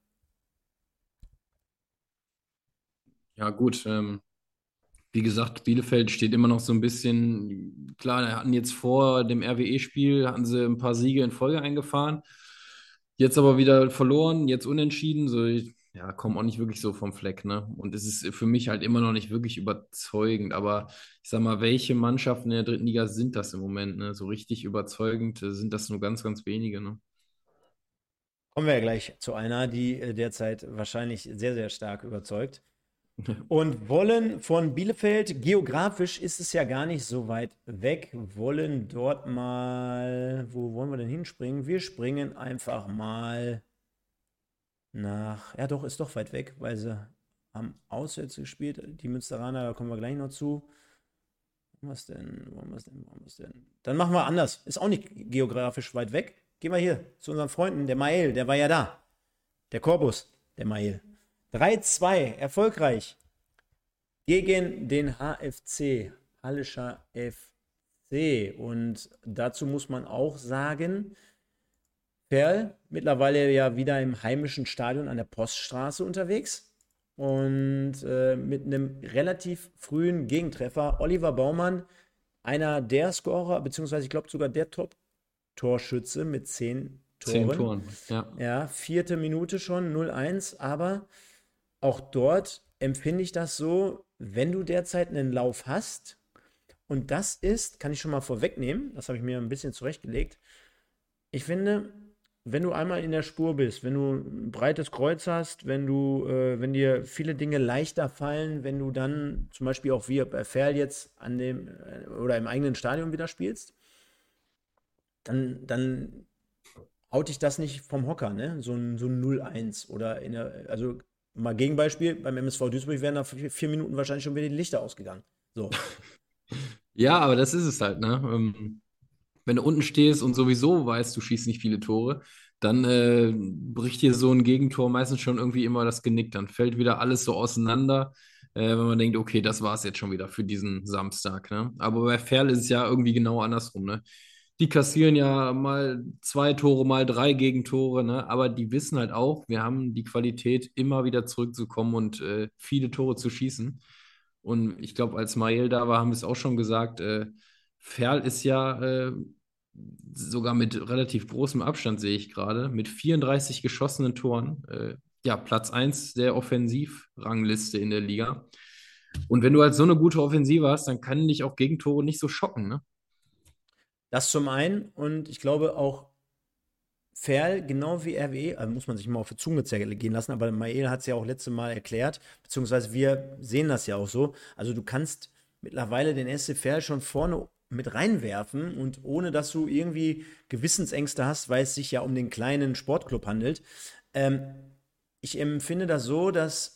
Ja, gut. Ähm, Wie gesagt, Bielefeld steht immer noch so ein bisschen, klar, wir hatten jetzt vor dem R W E-Spiel, hatten sie ein paar Siege in Folge eingefahren. Jetzt aber wieder verloren, jetzt unentschieden. So, ich, ja, kommen auch nicht wirklich so vom Fleck, ne? Und es ist für mich halt immer noch nicht wirklich überzeugend. Aber ich sag mal, welche Mannschaften in der dritten Liga sind das im Moment, ne? So richtig überzeugend äh, sind das nur ganz, ganz wenige, ne? Kommen wir ja gleich zu einer, die äh, derzeit wahrscheinlich sehr, sehr stark überzeugt. Und wollen von Bielefeld, geografisch ist es ja gar nicht so weit weg, wollen dort mal, wo wollen wir denn hinspringen? Wir springen einfach mal nach, ja doch, ist doch weit weg, weil sie haben auswärts gespielt, die Münsteraner, da kommen wir gleich noch zu. Wo haben wir es denn? Wo haben wir es denn? Wo haben wir es denn? Dann machen wir anders. Ist auch nicht geografisch weit weg. Gehen wir hier zu unseren Freunden, der Mael, der war ja da. Der Corbus, der Mael. drei zwei, erfolgreich gegen den H F C, Hallischer F C. Und dazu muss man auch sagen, Ferl, mittlerweile ja wieder im heimischen Stadion an der Poststraße unterwegs. Und äh, mit einem relativ frühen Gegentreffer. Oliver Baumann, einer der Scorer, beziehungsweise ich glaube sogar der Top-Torschütze mit zehn Zehn Toren. Toren, ja. Ja, vierte Minute schon, null eins. Aber auch dort empfinde ich das so, wenn du derzeit einen Lauf hast, und das ist, kann ich schon mal vorwegnehmen, das habe ich mir ein bisschen zurechtgelegt. Ich finde, wenn du einmal in der Spur bist, wenn du ein breites Kreuz hast, wenn du, äh, wenn dir viele Dinge leichter fallen, wenn du dann zum Beispiel auch wie bei Ferl jetzt an dem äh, oder im eigenen Stadion wieder spielst, dann, dann haut dich das nicht vom Hocker, ne? So ein, so ein null eins oder in der, also mal Gegenbeispiel, beim M S V Duisburg wären nach vier, vier Minuten wahrscheinlich schon wieder die Lichter ausgegangen. So. Ja, aber das ist es halt, ne? Ähm, wenn du unten stehst und sowieso weißt, du schießt nicht viele Tore, dann äh, bricht dir so ein Gegentor meistens schon irgendwie immer das Genick. Dann fällt wieder alles so auseinander, äh, wenn man denkt, okay, das war es jetzt schon wieder für diesen Samstag. Ne? Aber bei Ferl ist es ja irgendwie genau andersrum. Ne? Die kassieren ja mal zwei Tore, mal drei Gegentore, ne? Aber die wissen halt auch, wir haben die Qualität, immer wieder zurückzukommen und äh, viele Tore zu schießen. Und ich glaube, als Mael da war, haben wir es auch schon gesagt, äh, Ferl ist ja äh, sogar mit relativ großem Abstand, sehe ich gerade, mit vierunddreißig geschossenen Toren, äh, ja, Platz eins der Offensivrangliste in der Liga. Und wenn du halt so eine gute Offensive hast, dann können dich auch Gegentore nicht so schocken, ne? Das zum einen und ich glaube auch Ferl, genau wie R W E, also muss man sich mal auf die Zunge zergehen lassen, aber Mael hat es ja auch letzte Mal erklärt, beziehungsweise wir sehen das ja auch so. Also du kannst mittlerweile den S C Verl schon vorne mit reinwerfen und ohne dass du irgendwie Gewissensängste hast, weil es sich ja um den kleinen Sportclub handelt. Ähm, Ich empfinde das so, dass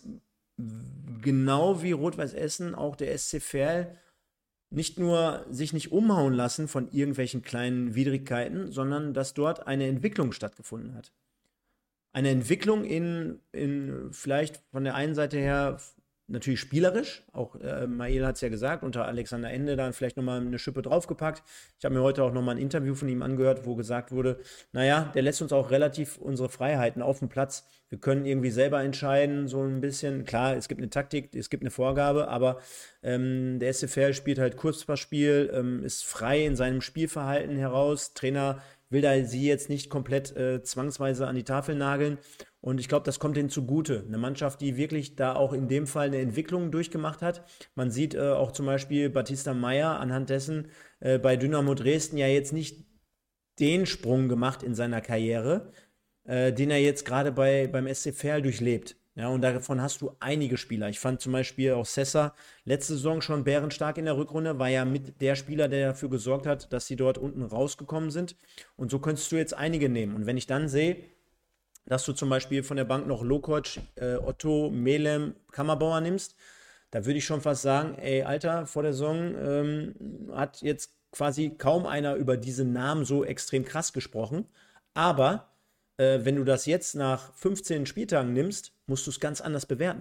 genau wie Rot-Weiß Essen auch der S C Verl nicht nur sich nicht umhauen lassen von irgendwelchen kleinen Widrigkeiten, sondern dass dort eine Entwicklung stattgefunden hat. Eine Entwicklung in, in vielleicht von der einen Seite her natürlich spielerisch, auch äh, Mael hat es ja gesagt, unter Alexander Ende dann vielleicht nochmal eine Schippe draufgepackt. Ich habe mir heute auch nochmal ein Interview von ihm angehört, wo gesagt wurde, naja, der lässt uns auch relativ unsere Freiheiten auf dem Platz. Wir können irgendwie selber entscheiden, so ein bisschen. Klar, es gibt eine Taktik, es gibt eine Vorgabe, aber ähm, der S C Verl spielt halt Kurzpassspiel, ähm, ist frei in seinem Spielverhalten heraus. Trainer will da sie jetzt nicht komplett äh, zwangsweise an die Tafel nageln. Und ich glaube, das kommt ihnen zugute. Eine Mannschaft, die wirklich da auch in dem Fall eine Entwicklung durchgemacht hat. Man sieht äh, auch zum Beispiel Batista Meyer anhand dessen äh, bei Dynamo Dresden ja jetzt nicht den Sprung gemacht in seiner Karriere, äh, den er jetzt gerade bei, beim S C Verl durchlebt. Ja, und davon hast du einige Spieler. Ich fand zum Beispiel auch Sessa letzte Saison schon bärenstark in der Rückrunde, war ja mit der Spieler, der dafür gesorgt hat, dass sie dort unten rausgekommen sind. Und so könntest du jetzt einige nehmen. Und wenn ich dann sehe, dass du zum Beispiel von der Bank noch Lokoc, äh, Otto, Melem, Kammerbauer nimmst, da würde ich schon fast sagen, ey, Alter, vor der Saison ähm, hat jetzt quasi kaum einer über diese Namen so extrem krass gesprochen. Aber äh, wenn du das jetzt nach fünfzehn Spieltagen nimmst, musst du es ganz anders bewerten.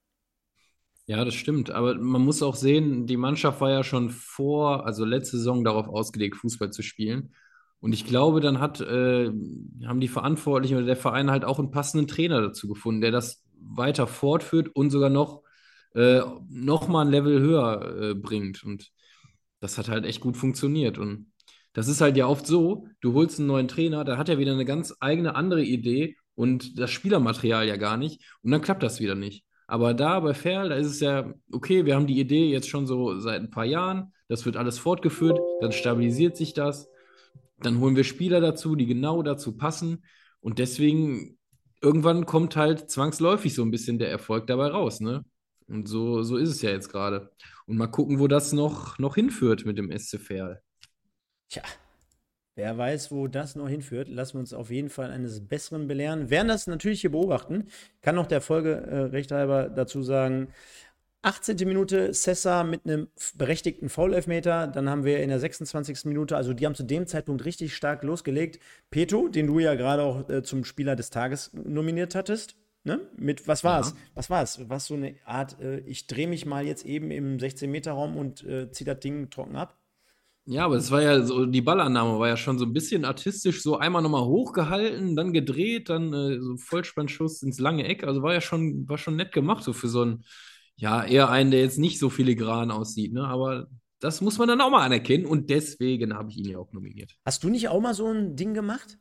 Ja, das stimmt. Aber man muss auch sehen, die Mannschaft war ja schon vor, also letzte Saison darauf ausgelegt, Fußball zu spielen. Und ich glaube, dann hat, äh, haben die Verantwortlichen oder der Verein halt auch einen passenden Trainer dazu gefunden, der das weiter fortführt und sogar noch, äh, noch mal ein Level höher, äh, bringt. Und das hat halt echt gut funktioniert. Und das ist halt ja oft so, du holst einen neuen Trainer, da hat er wieder eine ganz eigene andere Idee und das Spielermaterial ja gar nicht. Und dann klappt das wieder nicht. Aber da bei Ferl, da ist es ja, okay, wir haben die Idee jetzt schon so seit ein paar Jahren, das wird alles fortgeführt, dann stabilisiert sich das, dann holen wir Spieler dazu, die genau dazu passen und deswegen irgendwann kommt halt zwangsläufig so ein bisschen der Erfolg dabei raus, ne? Und so, so ist es ja jetzt gerade. Und mal gucken, wo das noch, noch hinführt mit dem S C Verl. Tja, Wer weiß, wo das noch hinführt. Lassen wir uns auf jeden Fall eines Besseren belehren. Werden das natürlich hier beobachten. Kann noch der Folge äh, recht halber dazu sagen, achtzehnte. Minute Sessa mit einem berechtigten Foul-Elfmeter. Dann haben wir in der sechsundzwanzigsten. Minute, also die haben zu dem Zeitpunkt richtig stark losgelegt. Peto, den du ja gerade auch äh, zum Spieler des Tages nominiert hattest. Ne? Mit, was war's? Ja. Was war's? Was so eine Art, äh, ich drehe mich mal jetzt eben im sechzehn-Meter-Raum und äh, ziehe das Ding trocken ab? Ja, aber es war ja so, die Ballannahme war ja schon so ein bisschen artistisch, so einmal nochmal hochgehalten, dann gedreht, dann äh, so Vollspannschuss ins lange Eck. Also war ja schon, war schon nett gemacht, so für so einen, ja, eher einen, der jetzt nicht so filigran aussieht, ne? Aber das muss man dann auch mal anerkennen und deswegen habe ich ihn ja auch nominiert. Hast du nicht auch mal so ein Ding gemacht?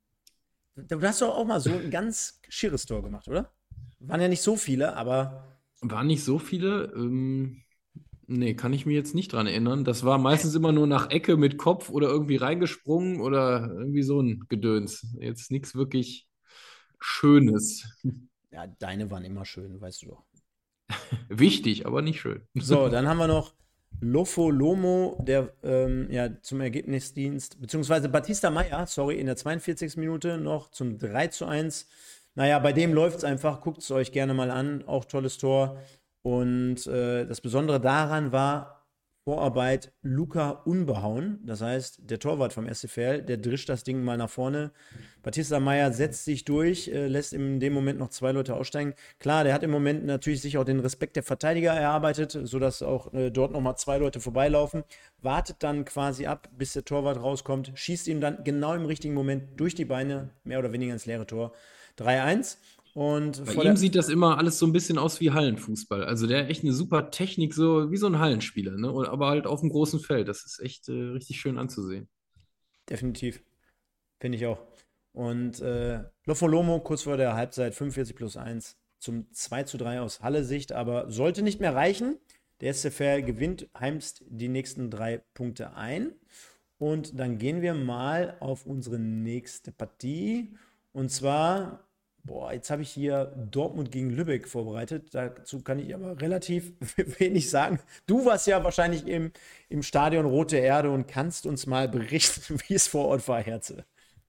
Du hast doch auch mal so ein ganz schieres Tor gemacht, oder? Waren ja nicht so viele, aber Waren nicht so viele, ähm, nee, kann ich mir jetzt nicht dran erinnern. Das war meistens immer nur nach Ecke mit Kopf oder irgendwie reingesprungen oder irgendwie so ein Gedöns. Jetzt nichts wirklich Schönes. ja, deine waren immer schön, weißt du doch. Wichtig, aber nicht schön. So, dann haben wir noch Lofo Lomo, der ähm, ja zum Ergebnisdienst, beziehungsweise Batista Meyer, sorry, in der zweiundvierzigsten. Minute noch zum drei zu eins. Naja, bei dem läuft es einfach, guckt es euch gerne mal an, auch tolles Tor. Und äh, das Besondere daran war Vorarbeit Luca Unbehauen, das heißt, der Torwart vom S C V L, der drischt das Ding mal nach vorne. Batista Meyer setzt sich durch, äh, lässt in dem Moment noch zwei Leute aussteigen. Klar, der hat im Moment natürlich sich auch den Respekt der Verteidiger erarbeitet, sodass auch äh, dort nochmal zwei Leute vorbeilaufen. Wartet dann quasi ab, bis der Torwart rauskommt, schießt ihm dann genau im richtigen Moment durch die Beine, mehr oder weniger ins leere Tor. drei eins. Und Bei vor ihm der, sieht das immer alles so ein bisschen aus wie Hallenfußball. Also der hat echt eine super Technik, so wie so ein Hallenspieler, ne? Und- Aber halt auf dem großen Feld. Das ist echt äh, richtig schön anzusehen. definitiv, finde ich auch. Und äh, Lofolomo kurz vor der Halbzeit fünfundvierzig plus eins zum zwei zu drei aus Halle-Sicht, aber sollte nicht mehr reichen. Der S C V L gewinnt heimst die nächsten drei Punkte ein. Und dann gehen wir mal auf unsere nächste Partie. Und zwar, boah, jetzt habe ich hier Dortmund gegen Lübeck vorbereitet. Dazu kann ich aber relativ wenig sagen. Du warst ja wahrscheinlich im, im Stadion Rote Erde und kannst uns mal berichten, wie es vor Ort war, Herze.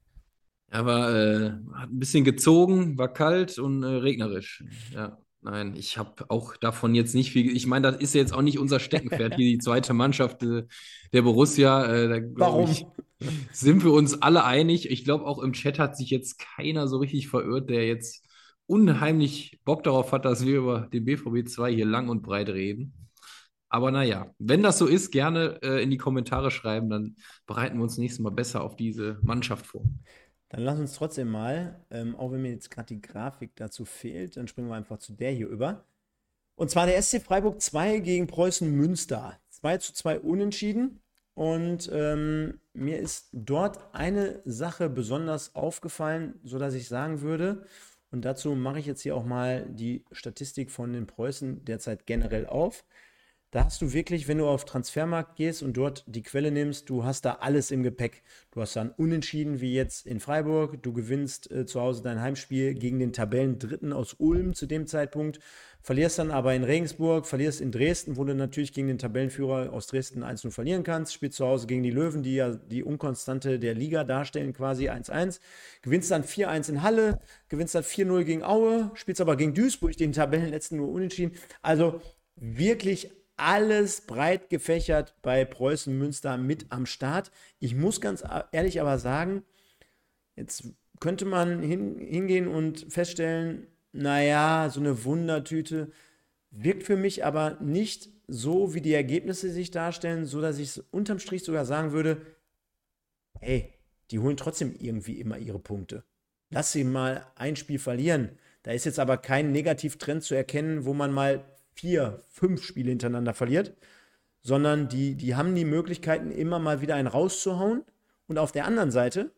Aber äh, hat ein bisschen gezogen, war kalt und äh, regnerisch. Ja, nein, ich habe auch davon jetzt nicht viel. Ich meine, das ist jetzt auch nicht unser Steckenpferd, hier die zweite Mannschaft äh, der Borussia. Äh, da glaube ich, Warum? sind wir uns alle einig. Ich glaube, auch im Chat hat sich jetzt keiner so richtig verirrt, der jetzt unheimlich Bock darauf hat, dass wir über den B V B zwei hier lang und breit reden. Aber naja, wenn das so ist, gerne äh, in die Kommentare schreiben, dann bereiten wir uns nächstes Mal besser auf diese Mannschaft vor. Dann lass uns trotzdem mal, ähm, auch wenn mir jetzt gerade die Grafik dazu fehlt, dann springen wir einfach zu der hier über. Und zwar der S C Freiburg zwei gegen Preußen Münster. zwei zu zwei unentschieden. Und ähm, mir ist dort eine Sache besonders aufgefallen, sodass ich sagen würde, und dazu mache ich jetzt hier auch mal die Statistik von den Preußen derzeit generell auf. Da hast du wirklich, wenn du auf Transfermarkt gehst und dort die Quelle nimmst, du hast da alles im Gepäck. Du hast dann Unentschieden wie jetzt in Freiburg, du gewinnst äh, zu Hause dein Heimspiel gegen den Tabellendritten aus Ulm zu dem Zeitpunkt, verlierst dann aber in Regensburg, verlierst in Dresden, wo du natürlich gegen den Tabellenführer aus Dresden eins zu null verlieren kannst, spielst zu Hause gegen die Löwen, die ja die Unkonstante der Liga darstellen, quasi eins zu eins, gewinnst dann vier eins in Halle, gewinnst dann vier null gegen Aue, spielst aber gegen Duisburg, den Tabellenletzten, nur unentschieden. Also wirklich alles breit gefächert bei Preußen Münster mit am Start. Ich muss ganz ehrlich aber sagen, jetzt könnte man hin, hingehen und feststellen, naja, so eine Wundertüte wirkt für mich aber nicht so, wie die Ergebnisse sich darstellen, so dass ich es unterm Strich sogar sagen würde, hey, die holen trotzdem irgendwie immer ihre Punkte. Lass sie mal ein Spiel verlieren. Da ist jetzt aber kein Negativtrend zu erkennen, wo man mal vier, fünf Spiele hintereinander verliert, sondern die, die haben die Möglichkeiten, immer mal wieder einen rauszuhauen. Und auf der anderen Seite,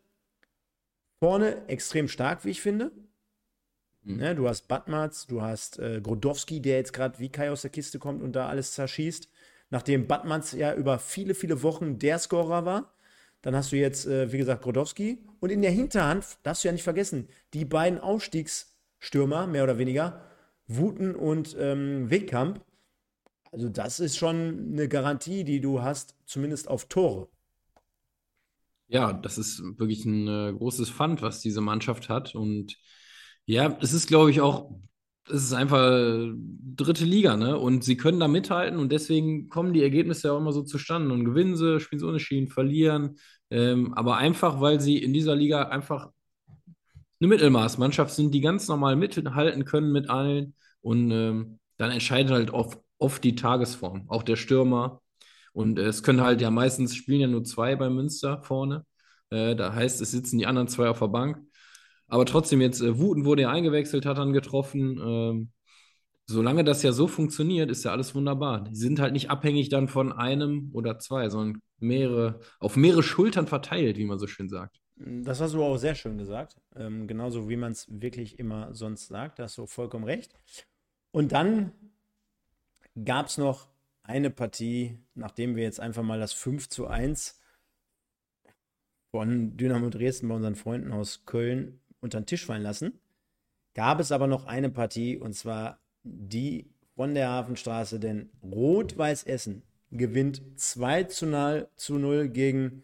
vorne extrem stark, wie ich finde. Mhm. Ne, du hast Batmatz, du hast äh, Grodowski, der jetzt gerade wie Kai aus der Kiste kommt und da alles zerschießt. Nachdem Batmatz ja über viele, viele Wochen der Scorer war. Dann hast du jetzt, äh, wie gesagt, Grodowski. Und in der Hinterhand, darfst du ja nicht vergessen, die beiden Aufstiegsstürmer, mehr oder weniger, Wuten und ähm, Wegkamp. Also das ist schon eine Garantie, die du hast, zumindest auf Tore. Ja, das ist wirklich ein äh, großes Fund, was diese Mannschaft hat. Und ja, es ist, glaube ich, auch, es ist einfach äh, dritte Liga, ne? Und sie können da mithalten und deswegen kommen die Ergebnisse ja auch immer so zustande. Und gewinnen sie, spielen sie unentschieden, verlieren. Ähm, aber einfach, weil sie in dieser Liga einfach eine Mittelmaßmannschaft sind, die ganz normal mithalten können mit allen. Und ähm, dann entscheidet halt oft, oft die Tagesform, auch der Stürmer. Und äh, es können halt ja meistens spielen ja nur zwei bei Münster vorne. Äh, da heißt, es sitzen die anderen zwei auf der Bank. Aber trotzdem, jetzt äh, Wuten wurde ja eingewechselt, hat dann getroffen. Ähm, solange das ja so funktioniert, ist ja alles wunderbar. Die sind halt nicht abhängig dann von einem oder zwei, sondern mehrere, auf mehrere Schultern verteilt, wie man so schön sagt. Das hast du auch sehr schön gesagt. Ähm, genauso wie man es wirklich immer sonst sagt. Da hast du vollkommen recht. Und dann gab es noch eine Partie, nachdem wir jetzt einfach mal das fünf zu eins von Dynamo Dresden bei unseren Freunden aus Köln unter den Tisch fallen lassen, gab es aber noch eine Partie, und zwar die von der Hafenstraße, denn Rot-Weiß Essen gewinnt zwei zu null gegen,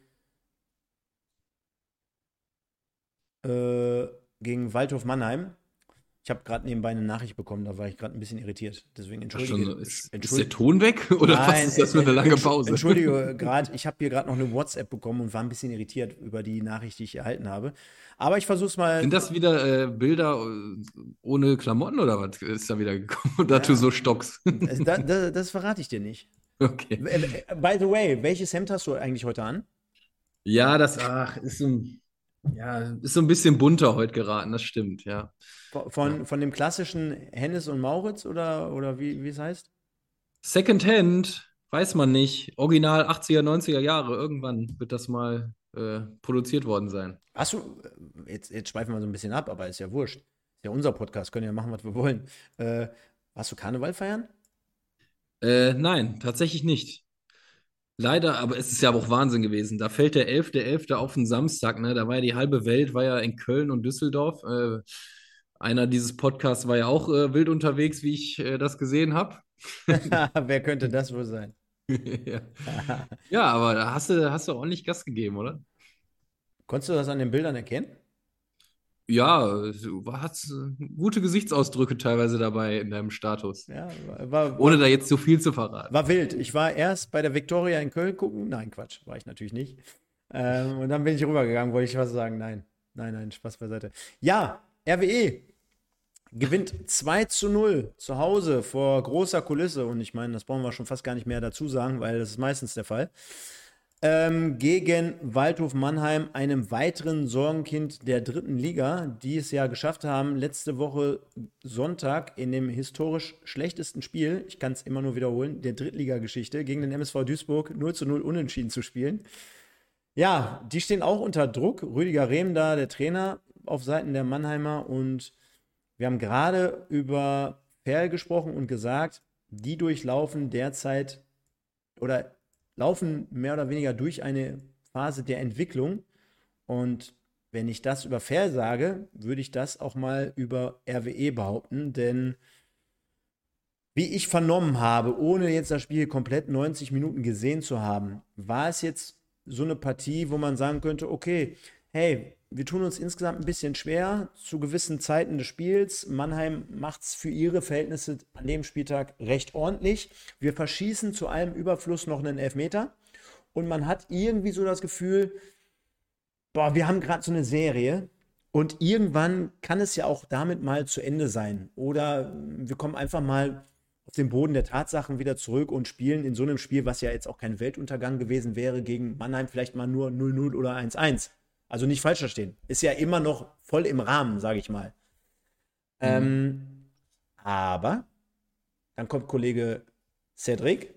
äh, gegen Waldhof Mannheim. Ich habe gerade nebenbei eine Nachricht bekommen, da war ich gerade ein bisschen irritiert. Deswegen Ach schon, entschuldige. so, ist, ist der Entschuld, Ton weg oder was nein, ist das für eine äh, lange entsch- Pause? entschuldige gerade, ich habe hier gerade noch eine WhatsApp bekommen und war ein bisschen irritiert über die Nachricht, die ich erhalten habe. Aber ich versuche es Sind mal. das wieder äh, Bilder äh, ohne Klamotten oder was ist da wieder gekommen, dass du Ja, so stockst? das, das, das verrate ich dir nicht. Okay. By the way, welches Hemd hast du eigentlich heute an? Ja, das ach, ist so, ein- ja, ist so ein bisschen bunter heute geraten, das stimmt, ja. Ja. Von, von dem klassischen Hennes und Mauritz oder, oder wie, wie es heißt? Secondhand, weiß man nicht. Original achtziger, neunziger Jahre, irgendwann wird das mal äh, produziert worden sein. Hast du, jetzt, jetzt schweifen wir so ein bisschen ab, aber ist ja wurscht. Ist ja unser Podcast, können ja machen, was wir wollen. Äh, Warst du Karneval feiern? Äh, nein, tatsächlich nicht. Leider, aber es ist ja auch Wahnsinn gewesen. Da fällt der elfte elfte auf den Samstag, ne? Da war ja die halbe Welt, war ja in Köln und Düsseldorf. Äh, einer dieses Podcasts war ja auch äh, wild unterwegs, wie ich äh, das gesehen habe. Wer könnte das wohl sein? Ja. Ja, aber da hast du, hast du ordentlich Gas gegeben, oder? Konntest du das an den Bildern erkennen? Ja, du hast äh, gute Gesichtsausdrücke teilweise dabei in deinem Status. Ja, war, Ohne war, da jetzt zu viel zu verraten. war wild. Ich war erst bei der Victoria in Köln gucken. Nein, Quatsch, war ich natürlich nicht. Ähm, und dann bin ich rübergegangen, wollte ich was sagen. Nein, nein, nein, Spaß beiseite. Ja, R W E gewinnt zwei zu null zu Hause vor großer Kulisse. Und ich meine, das brauchen wir schon fast gar nicht mehr dazu sagen, weil das ist meistens der Fall. Ähm, gegen Waldhof Mannheim, einem weiteren Sorgenkind der dritten Liga, die es ja geschafft haben, letzte Woche Sonntag in dem historisch schlechtesten Spiel, ich kann es immer nur wiederholen, der Drittligageschichte gegen den M S V Duisburg null zu null unentschieden zu spielen. Ja, die stehen auch unter Druck. Rüdiger Rehm da, der Trainer auf Seiten der Mannheimer. Und wir haben gerade über Perl gesprochen und gesagt, die durchlaufen derzeit oder laufen mehr oder weniger durch eine Phase der Entwicklung. Und wenn ich das über Fair sage, würde ich das auch mal über R W E behaupten, denn wie ich vernommen habe, ohne jetzt das Spiel komplett neunzig Minuten gesehen zu haben, war es jetzt so eine Partie, wo man sagen könnte, okay, hey, wir tun uns insgesamt ein bisschen schwer zu gewissen Zeiten des Spiels. Mannheim macht es für ihre Verhältnisse an dem Spieltag recht ordentlich. Wir verschießen zu allem Überfluss noch einen Elfmeter. Und man hat irgendwie so das Gefühl, boah, wir haben gerade so eine Serie. Und irgendwann kann es ja auch damit mal zu Ende sein. Oder wir kommen einfach mal auf den Boden der Tatsachen wieder zurück und spielen in so einem Spiel, was ja jetzt auch kein Weltuntergang gewesen wäre, gegen Mannheim vielleicht mal nur null null oder eins eins. Also nicht falsch verstehen. Ist ja immer noch voll im Rahmen, sage ich mal. Mhm. Ähm, aber dann kommt Kollege Cedric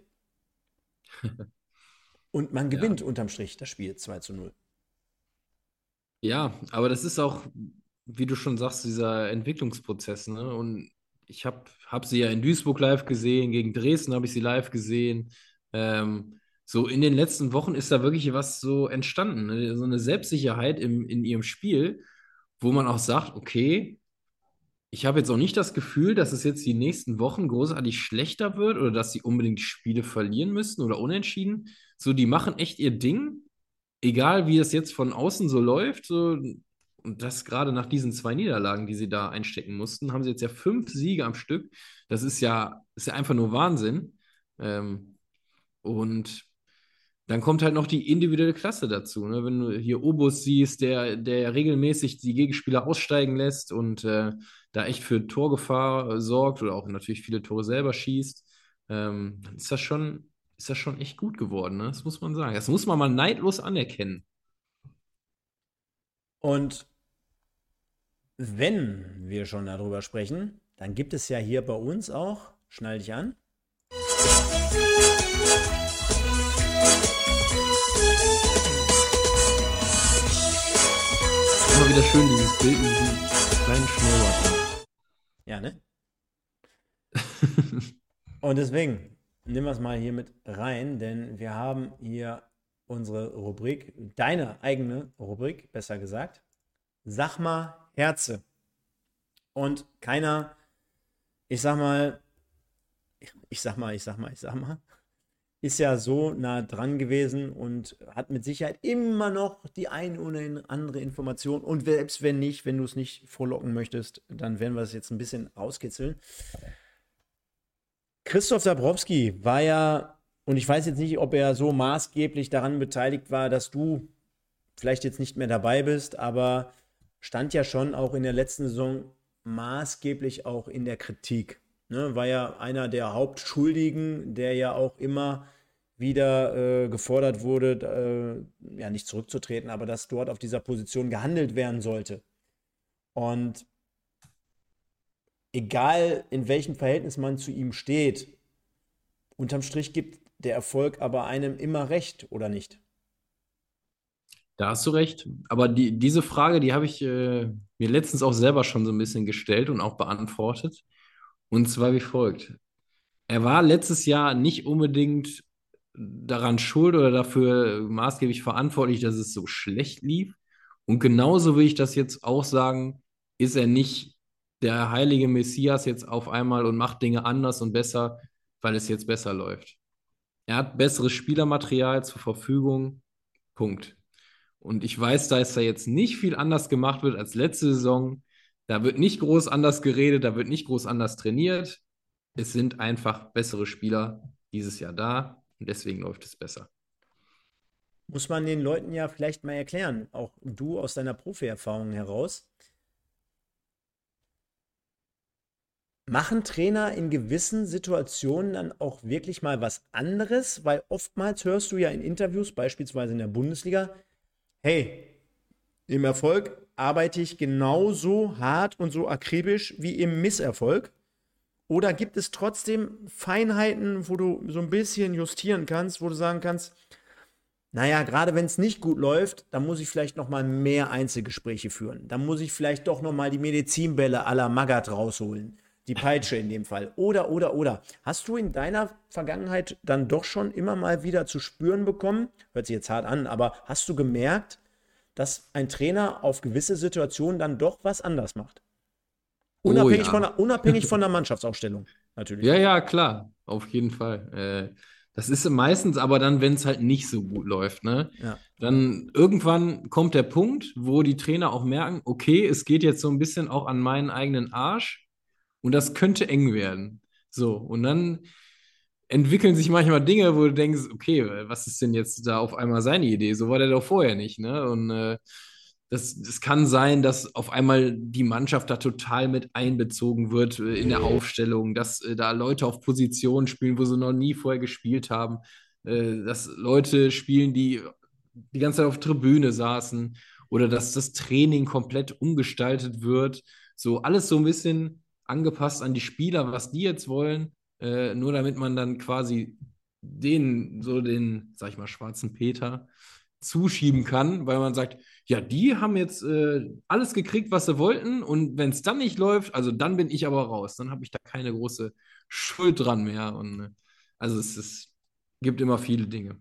und man Ja. gewinnt unterm Strich das Spiel zwei zu null. Ja, aber das ist auch, wie du schon sagst, dieser Entwicklungsprozess, ne? Und ich habe hab hab sie ja in Duisburg live gesehen, gegen Dresden habe ich sie live gesehen. Ähm, so in den letzten Wochen ist da wirklich was so entstanden, ne? So eine Selbstsicherheit im, in ihrem Spiel, wo man auch sagt, okay, ich habe jetzt auch nicht das Gefühl, dass es jetzt die nächsten Wochen großartig schlechter wird oder dass sie unbedingt Spiele verlieren müssen oder unentschieden. So, die machen echt ihr Ding. egal wie es jetzt von außen so läuft, so, und das gerade nach diesen zwei Niederlagen, die sie da einstecken mussten, haben sie jetzt ja fünf Siege am Stück. Das ist ja, ist ja einfach nur Wahnsinn. Ähm, und dann kommt halt noch die individuelle Klasse dazu. Ne? Wenn du hier Obus siehst, der, der regelmäßig die Gegenspieler aussteigen lässt und äh, da echt für Torgefahr äh, sorgt oder auch natürlich viele Tore selber schießt, ähm, dann ist das schon, ist das schon echt gut geworden. Ne? Das muss man sagen. Das muss man mal neidlos anerkennen. Und wenn wir schon darüber sprechen, dann gibt es ja hier bei uns auch, schnall dich an, Immer wieder schön, dieses Bild mit diesem kleinen Schnurrbart. ja, ne? Und deswegen nehmen wir es mal hier mit rein, denn wir haben hier unsere Rubrik, deine eigene Rubrik, besser gesagt. Sag mal Herze. Und keiner, ich sag mal, ich sag mal, ich sag mal, ich sag mal, ist ja so nah dran gewesen und hat mit Sicherheit immer noch die eine oder andere Information. Und selbst wenn nicht, wenn du es nicht vorlocken möchtest, dann werden wir es jetzt ein bisschen rauskitzeln. Christoph Dabrowski war ja, und ich weiß jetzt nicht, ob er so maßgeblich daran beteiligt war, dass du vielleicht jetzt nicht mehr dabei bist, aber stand ja schon auch in der letzten Saison maßgeblich auch in der Kritik. Ne? War ja einer der Hauptschuldigen, der ja auch immer wieder äh, gefordert wurde, äh, ja nicht zurückzutreten, aber dass dort auf dieser Position gehandelt werden sollte. Und egal in welchem Verhältnis man zu ihm steht, unterm Strich gibt der Erfolg aber einem immer recht, oder nicht? Da hast du recht. Aber die, diese Frage, die habe ich äh, mir letztens auch selber schon so ein bisschen gestellt und auch beantwortet. Und zwar wie folgt. Er war letztes Jahr nicht unbedingt daran schuld oder dafür maßgeblich verantwortlich, dass es so schlecht lief. Und genauso will ich das jetzt auch sagen, ist er nicht der heilige Messias jetzt auf einmal und macht Dinge anders und besser, weil es jetzt besser läuft. Er hat besseres Spielermaterial zur Verfügung. Punkt. Und ich weiß, dass da jetzt nicht viel anders gemacht wird als letzte Saison. Da wird nicht groß anders geredet, da wird nicht groß anders trainiert. Es sind einfach bessere Spieler dieses Jahr da und deswegen läuft es besser. Muss man den Leuten ja vielleicht mal erklären, auch du aus deiner Profi-Erfahrung heraus. Machen Trainer in gewissen Situationen dann auch wirklich mal was anderes? Weil oftmals hörst du ja in Interviews, beispielsweise in der Bundesliga, hey, im Erfolg arbeite ich genauso hart und so akribisch wie im Misserfolg. Oder gibt es trotzdem Feinheiten, wo du so ein bisschen justieren kannst, wo du sagen kannst, naja, gerade wenn es nicht gut läuft, dann muss ich vielleicht noch mal mehr Einzelgespräche führen. Dann muss ich vielleicht doch noch mal die Medizinbälle à la Magath rausholen. Die Peitsche in dem Fall. Oder, oder, oder. Hast du in deiner Vergangenheit dann doch schon immer mal wieder zu spüren bekommen? Hört sich jetzt hart an, aber hast du gemerkt, dass ein Trainer auf gewisse Situationen dann doch was anders macht? Oh Unabhängig von ja. der, unabhängig von der Mannschaftsaufstellung, natürlich. Ja, ja, klar, auf jeden Fall. Äh, das ist meistens aber dann, wenn es halt nicht so gut läuft, ne? Ja. Dann irgendwann kommt der Punkt, wo die Trainer auch merken, okay, es geht jetzt so ein bisschen auch an meinen eigenen Arsch und das könnte eng werden. So, und dann entwickeln sich manchmal Dinge, wo du denkst, okay, was ist denn jetzt da auf einmal seine Idee? So war der doch vorher nicht, ne? Und äh, das, das kann sein, dass auf einmal die Mannschaft da total mit einbezogen wird äh, in der Aufstellung, dass äh, da Leute auf Positionen spielen, wo sie noch nie vorher gespielt haben, äh, dass Leute spielen, die die ganze Zeit auf Tribüne saßen oder dass das Training komplett umgestaltet wird. So alles so ein bisschen angepasst an die Spieler, was die jetzt wollen, äh, nur damit man dann quasi den, so den, sag ich mal, schwarzen Peter zuschieben kann, weil man sagt, ja, die haben jetzt äh, alles gekriegt, was sie wollten und wenn es dann nicht läuft, also dann bin ich aber raus, dann habe ich da keine große Schuld dran mehr und äh, also es, es gibt immer viele Dinge.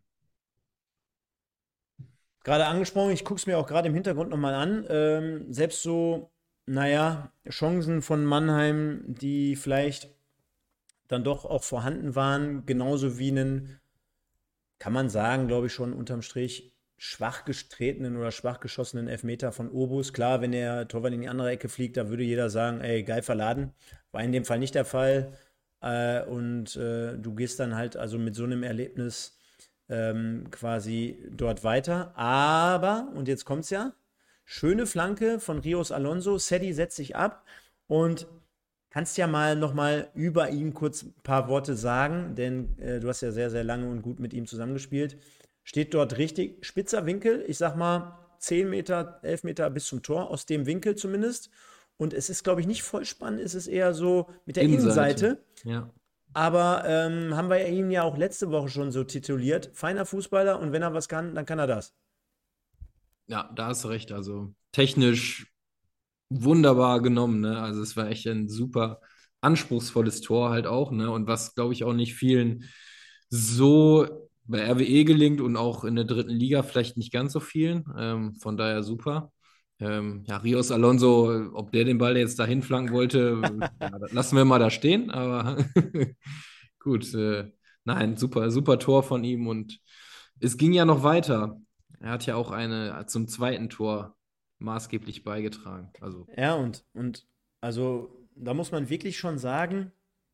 Gerade angesprochen, ich gucke es mir auch gerade im Hintergrund nochmal an. Ähm, selbst so, naja, Chancen von Mannheim, die vielleicht dann doch auch vorhanden waren, genauso wie einen, kann man sagen, glaube ich schon unterm Strich, schwach getretenen oder schwach geschossenen Elfmeter von Obus. Klar, wenn der Torwart in die andere Ecke fliegt, da würde jeder sagen, ey, geil verladen. War in dem Fall nicht der Fall. Äh, und äh, du gehst dann halt also mit so einem Erlebnis ähm, quasi dort weiter. Aber, und jetzt kommt's ja, schöne Flanke von Rios Alonso. Sedi setzt sich ab und kannst ja mal noch mal über ihn kurz ein paar Worte sagen, denn äh, du hast ja sehr, sehr lange und gut mit ihm zusammengespielt. Steht dort richtig spitzer Winkel, ich sag mal zehn Meter, elf Meter bis zum Tor, aus dem Winkel zumindest. Und es ist, glaube ich, nicht Vollspann, es ist eher so mit der Innenseite. Innenseite. Ja. Aber ähm, haben wir ihn ja auch letzte Woche schon so tituliert. Feiner Fußballer und wenn er was kann, dann kann er das. Ja, da hast du recht. Also technisch wunderbar genommen, ne? Also es war echt ein super anspruchsvolles Tor halt auch, ne? Und was, glaube ich, auch nicht vielen so bei R W E gelingt und auch in der dritten Liga vielleicht nicht ganz so vielen. Ähm, von daher super. Ähm, ja, Rios Alonso, ob der den Ball jetzt dahin flanken wollte, ja, das lassen wir mal da stehen, aber gut, äh, nein, super, super Tor von ihm und es ging ja noch weiter. Er hat ja auch eine zum zweiten Tor maßgeblich beigetragen. Also, Ja, und, und also da muss man wirklich schon sagen,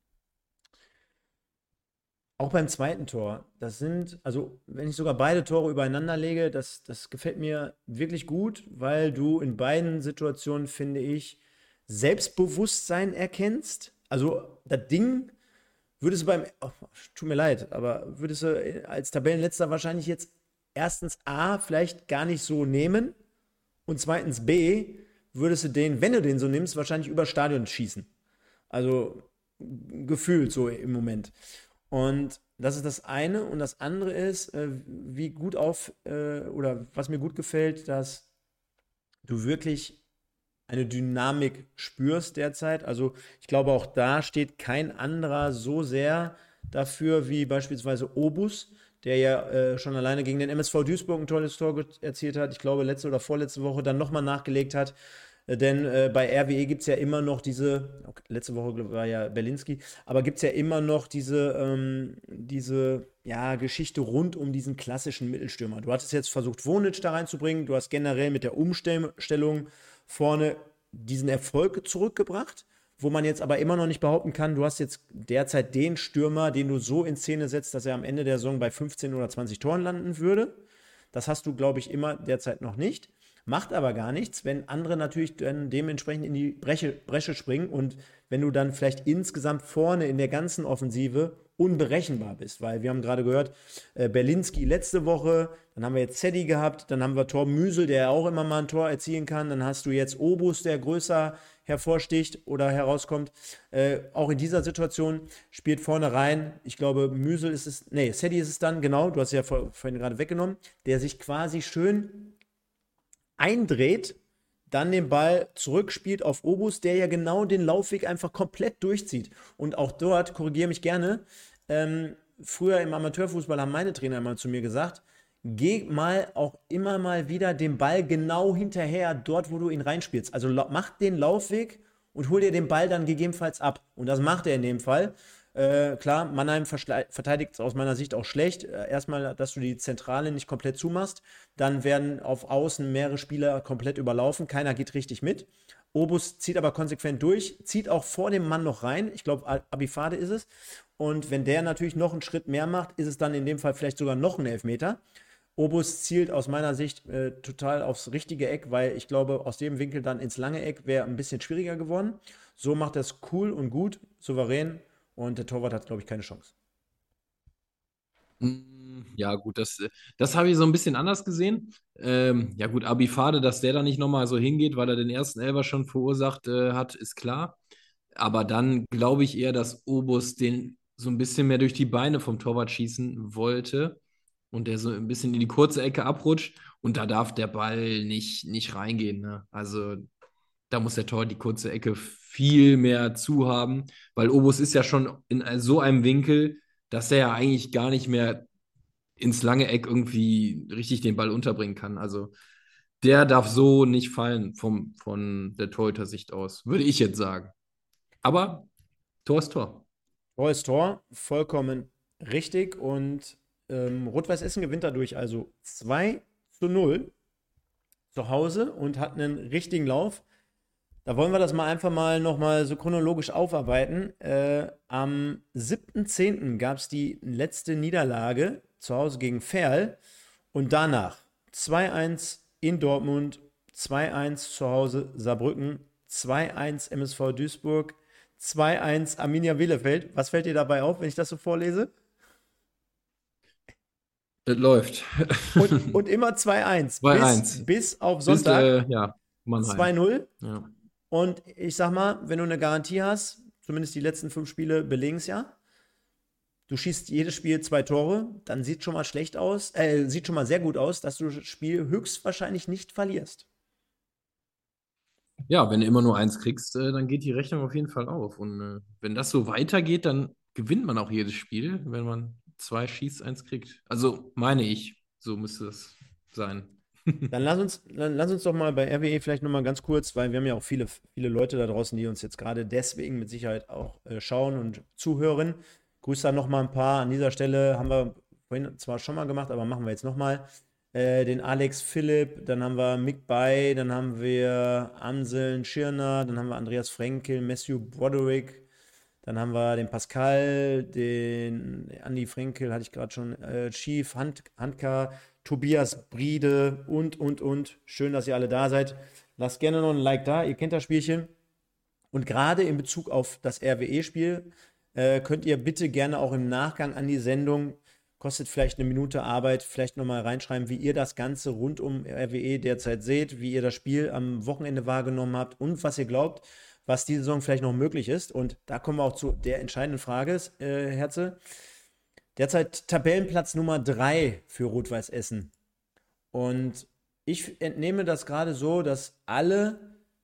auch beim zweiten Tor, das sind, also wenn ich sogar beide Tore übereinander lege, das, das gefällt mir wirklich gut, weil du in beiden Situationen, finde ich, Selbstbewusstsein erkennst. Also das Ding würdest du beim, oh, tut mir leid, aber würdest du als Tabellenletzter wahrscheinlich jetzt erstens A, vielleicht gar nicht so nehmen und zweitens B, würdest du den, wenn du den so nimmst, wahrscheinlich über Stadion schießen. Also gefühlt so im Moment. Und das ist das eine. Und das andere ist, äh, wie gut auf, äh, oder was mir gut gefällt, dass du wirklich eine Dynamik spürst derzeit. Also ich glaube, auch da steht kein anderer so sehr dafür wie beispielsweise Obus, der ja äh, schon alleine gegen den M S V Duisburg ein tolles Tor erzielt hat. Ich glaube, letzte oder vorletzte Woche dann nochmal nachgelegt hat. Äh, Denn äh, bei R W E gibt es ja immer noch diese, okay, letzte Woche war ja Berlinski, aber gibt es ja immer noch diese, ähm, diese ja, Geschichte rund um diesen klassischen Mittelstürmer. Du hattest jetzt versucht, Wonic da reinzubringen, du hast generell mit der Umstellung vorne diesen Erfolg zurückgebracht, wo man jetzt aber immer noch nicht behaupten kann, du hast jetzt derzeit den Stürmer, den du so in Szene setzt, dass er am Ende der Saison bei fünfzehn oder zwanzig Toren landen würde. Das hast du, glaube ich, immer derzeit noch nicht. Macht aber gar nichts, wenn andere natürlich dann dementsprechend in die Bresche, Bresche springen und wenn du dann vielleicht insgesamt vorne in der ganzen Offensive unberechenbar bist, weil wir haben gerade gehört, äh, Berlinski letzte Woche, dann haben wir jetzt Zeddy gehabt, dann haben wir Torben Müsel, der auch immer mal ein Tor erzielen kann, dann hast du jetzt Obus, der größer hervorsticht oder herauskommt. Äh, auch in dieser Situation spielt vorne rein, ich glaube, Müsel ist es, nee, Zeddy ist es dann, genau, du hast ja vor, vorhin gerade weggenommen, der sich quasi schön eindreht, dann den Ball zurückspielt auf Obus, der ja genau den Laufweg einfach komplett durchzieht. Und auch dort, korrigiere mich gerne, ähm, früher im Amateurfußball haben meine Trainer immer zu mir gesagt, geh mal auch immer mal wieder den Ball genau hinterher, dort, wo du ihn reinspielst. Also mach den Laufweg und hol dir den Ball dann gegebenenfalls ab. Und das macht er in dem Fall. Äh, klar, Mannheim verteidigt aus meiner Sicht auch schlecht. Äh, erstmal, dass du die Zentrale nicht komplett zumachst. Dann werden auf Außen mehrere Spieler komplett überlaufen. Keiner geht richtig mit. Obus zieht aber konsequent durch, zieht auch vor dem Mann noch rein. Ich glaube, Abifade ist es. Und wenn der natürlich noch einen Schritt mehr macht, ist es dann in dem Fall vielleicht sogar noch ein Elfmeter. Obus zielt aus meiner Sicht äh, total aufs richtige Eck, weil ich glaube, aus dem Winkel dann ins lange Eck wäre ein bisschen schwieriger geworden. So macht er es cool und gut, souverän. Und der Torwart hat, glaube ich, keine Chance. mm, ja, gut, das, äh, das habe ich so ein bisschen anders gesehen. Ähm, ja, gut, Abifade, dass der da nicht nochmal so hingeht, weil er den ersten Elfer schon verursacht äh, hat, ist klar. Aber dann glaube ich eher, dass Obus den so ein bisschen mehr durch die Beine vom Torwart schießen wollte und der so ein bisschen in die kurze Ecke abrutscht und da darf der Ball nicht, nicht reingehen. Ne? Also da muss der Torwart die kurze Ecke viel mehr zu haben, weil Obus ist ja schon in so einem Winkel, dass er ja eigentlich gar nicht mehr ins lange Eck irgendwie richtig den Ball unterbringen kann. Also der darf so nicht fallen vom, von der Torhüter-Sicht aus, würde ich jetzt sagen. Aber Tor ist Tor. Tor ist Tor, vollkommen richtig. Und ähm, Rot-Weiß Essen gewinnt dadurch also zwei zu null zu Hause und hat einen richtigen Lauf. Da wollen wir das mal einfach mal nochmal so chronologisch aufarbeiten. Äh, am siebten zehnten gab es die letzte Niederlage zu Hause gegen Verl und danach zwei eins in Dortmund, zwei eins zu Hause Saarbrücken, zwei eins M S V Duisburg, zwei eins Arminia Bielefeld. Was fällt dir dabei auf, wenn ich das so vorlese? Es läuft. Und, und immer zwei eins zwei bis, eins. bis auf Bis, Sonntag äh, ja, Mannheim. zwei null. Ja. Und ich sag mal, wenn du eine Garantie hast, zumindest die letzten fünf Spiele belegen es ja, du schießt jedes Spiel zwei Tore, dann sieht schon mal schlecht aus, äh, sieht schon mal sehr gut aus, dass du das Spiel höchstwahrscheinlich nicht verlierst. Ja, wenn du immer nur eins kriegst, äh, dann geht die Rechnung auf jeden Fall auf. Und äh, wenn das so weitergeht, dann gewinnt man auch jedes Spiel, wenn man zwei schießt, eins kriegt. Also meine ich, so müsste das sein. Dann lass uns, dann lass uns doch mal bei R W E vielleicht nochmal ganz kurz, weil wir haben ja auch viele, viele Leute da draußen, die uns jetzt gerade deswegen mit Sicherheit auch äh, schauen und zuhören. Grüße da nochmal ein paar. An dieser Stelle haben wir vorhin zwar schon mal gemacht, aber machen wir jetzt nochmal. Äh, den Alex Philipp, dann haben wir Mick Bay, dann haben wir Anselm Schirner, dann haben wir Andreas Frenkel, Matthew Broderick, dann haben wir den Pascal, den Andy Frenkel, hatte ich gerade schon, äh, Chief, Hand, Handka, Tobias Briede und, und, und. Schön, dass ihr alle da seid. Lasst gerne noch ein Like da, ihr kennt das Spielchen. Und gerade in Bezug auf das R W E-Spiel äh, könnt ihr bitte gerne auch im Nachgang an die Sendung, kostet vielleicht eine Minute Arbeit, vielleicht nochmal reinschreiben, wie ihr das Ganze rund um R W E derzeit seht, wie ihr das Spiel am Wochenende wahrgenommen habt und was ihr glaubt, was diese Saison vielleicht noch möglich ist. Und da kommen wir auch zu der entscheidenden Frage, äh, Herze. Derzeit Tabellenplatz Nummer drei für Rot-Weiß Essen. Und ich entnehme das gerade so, dass alle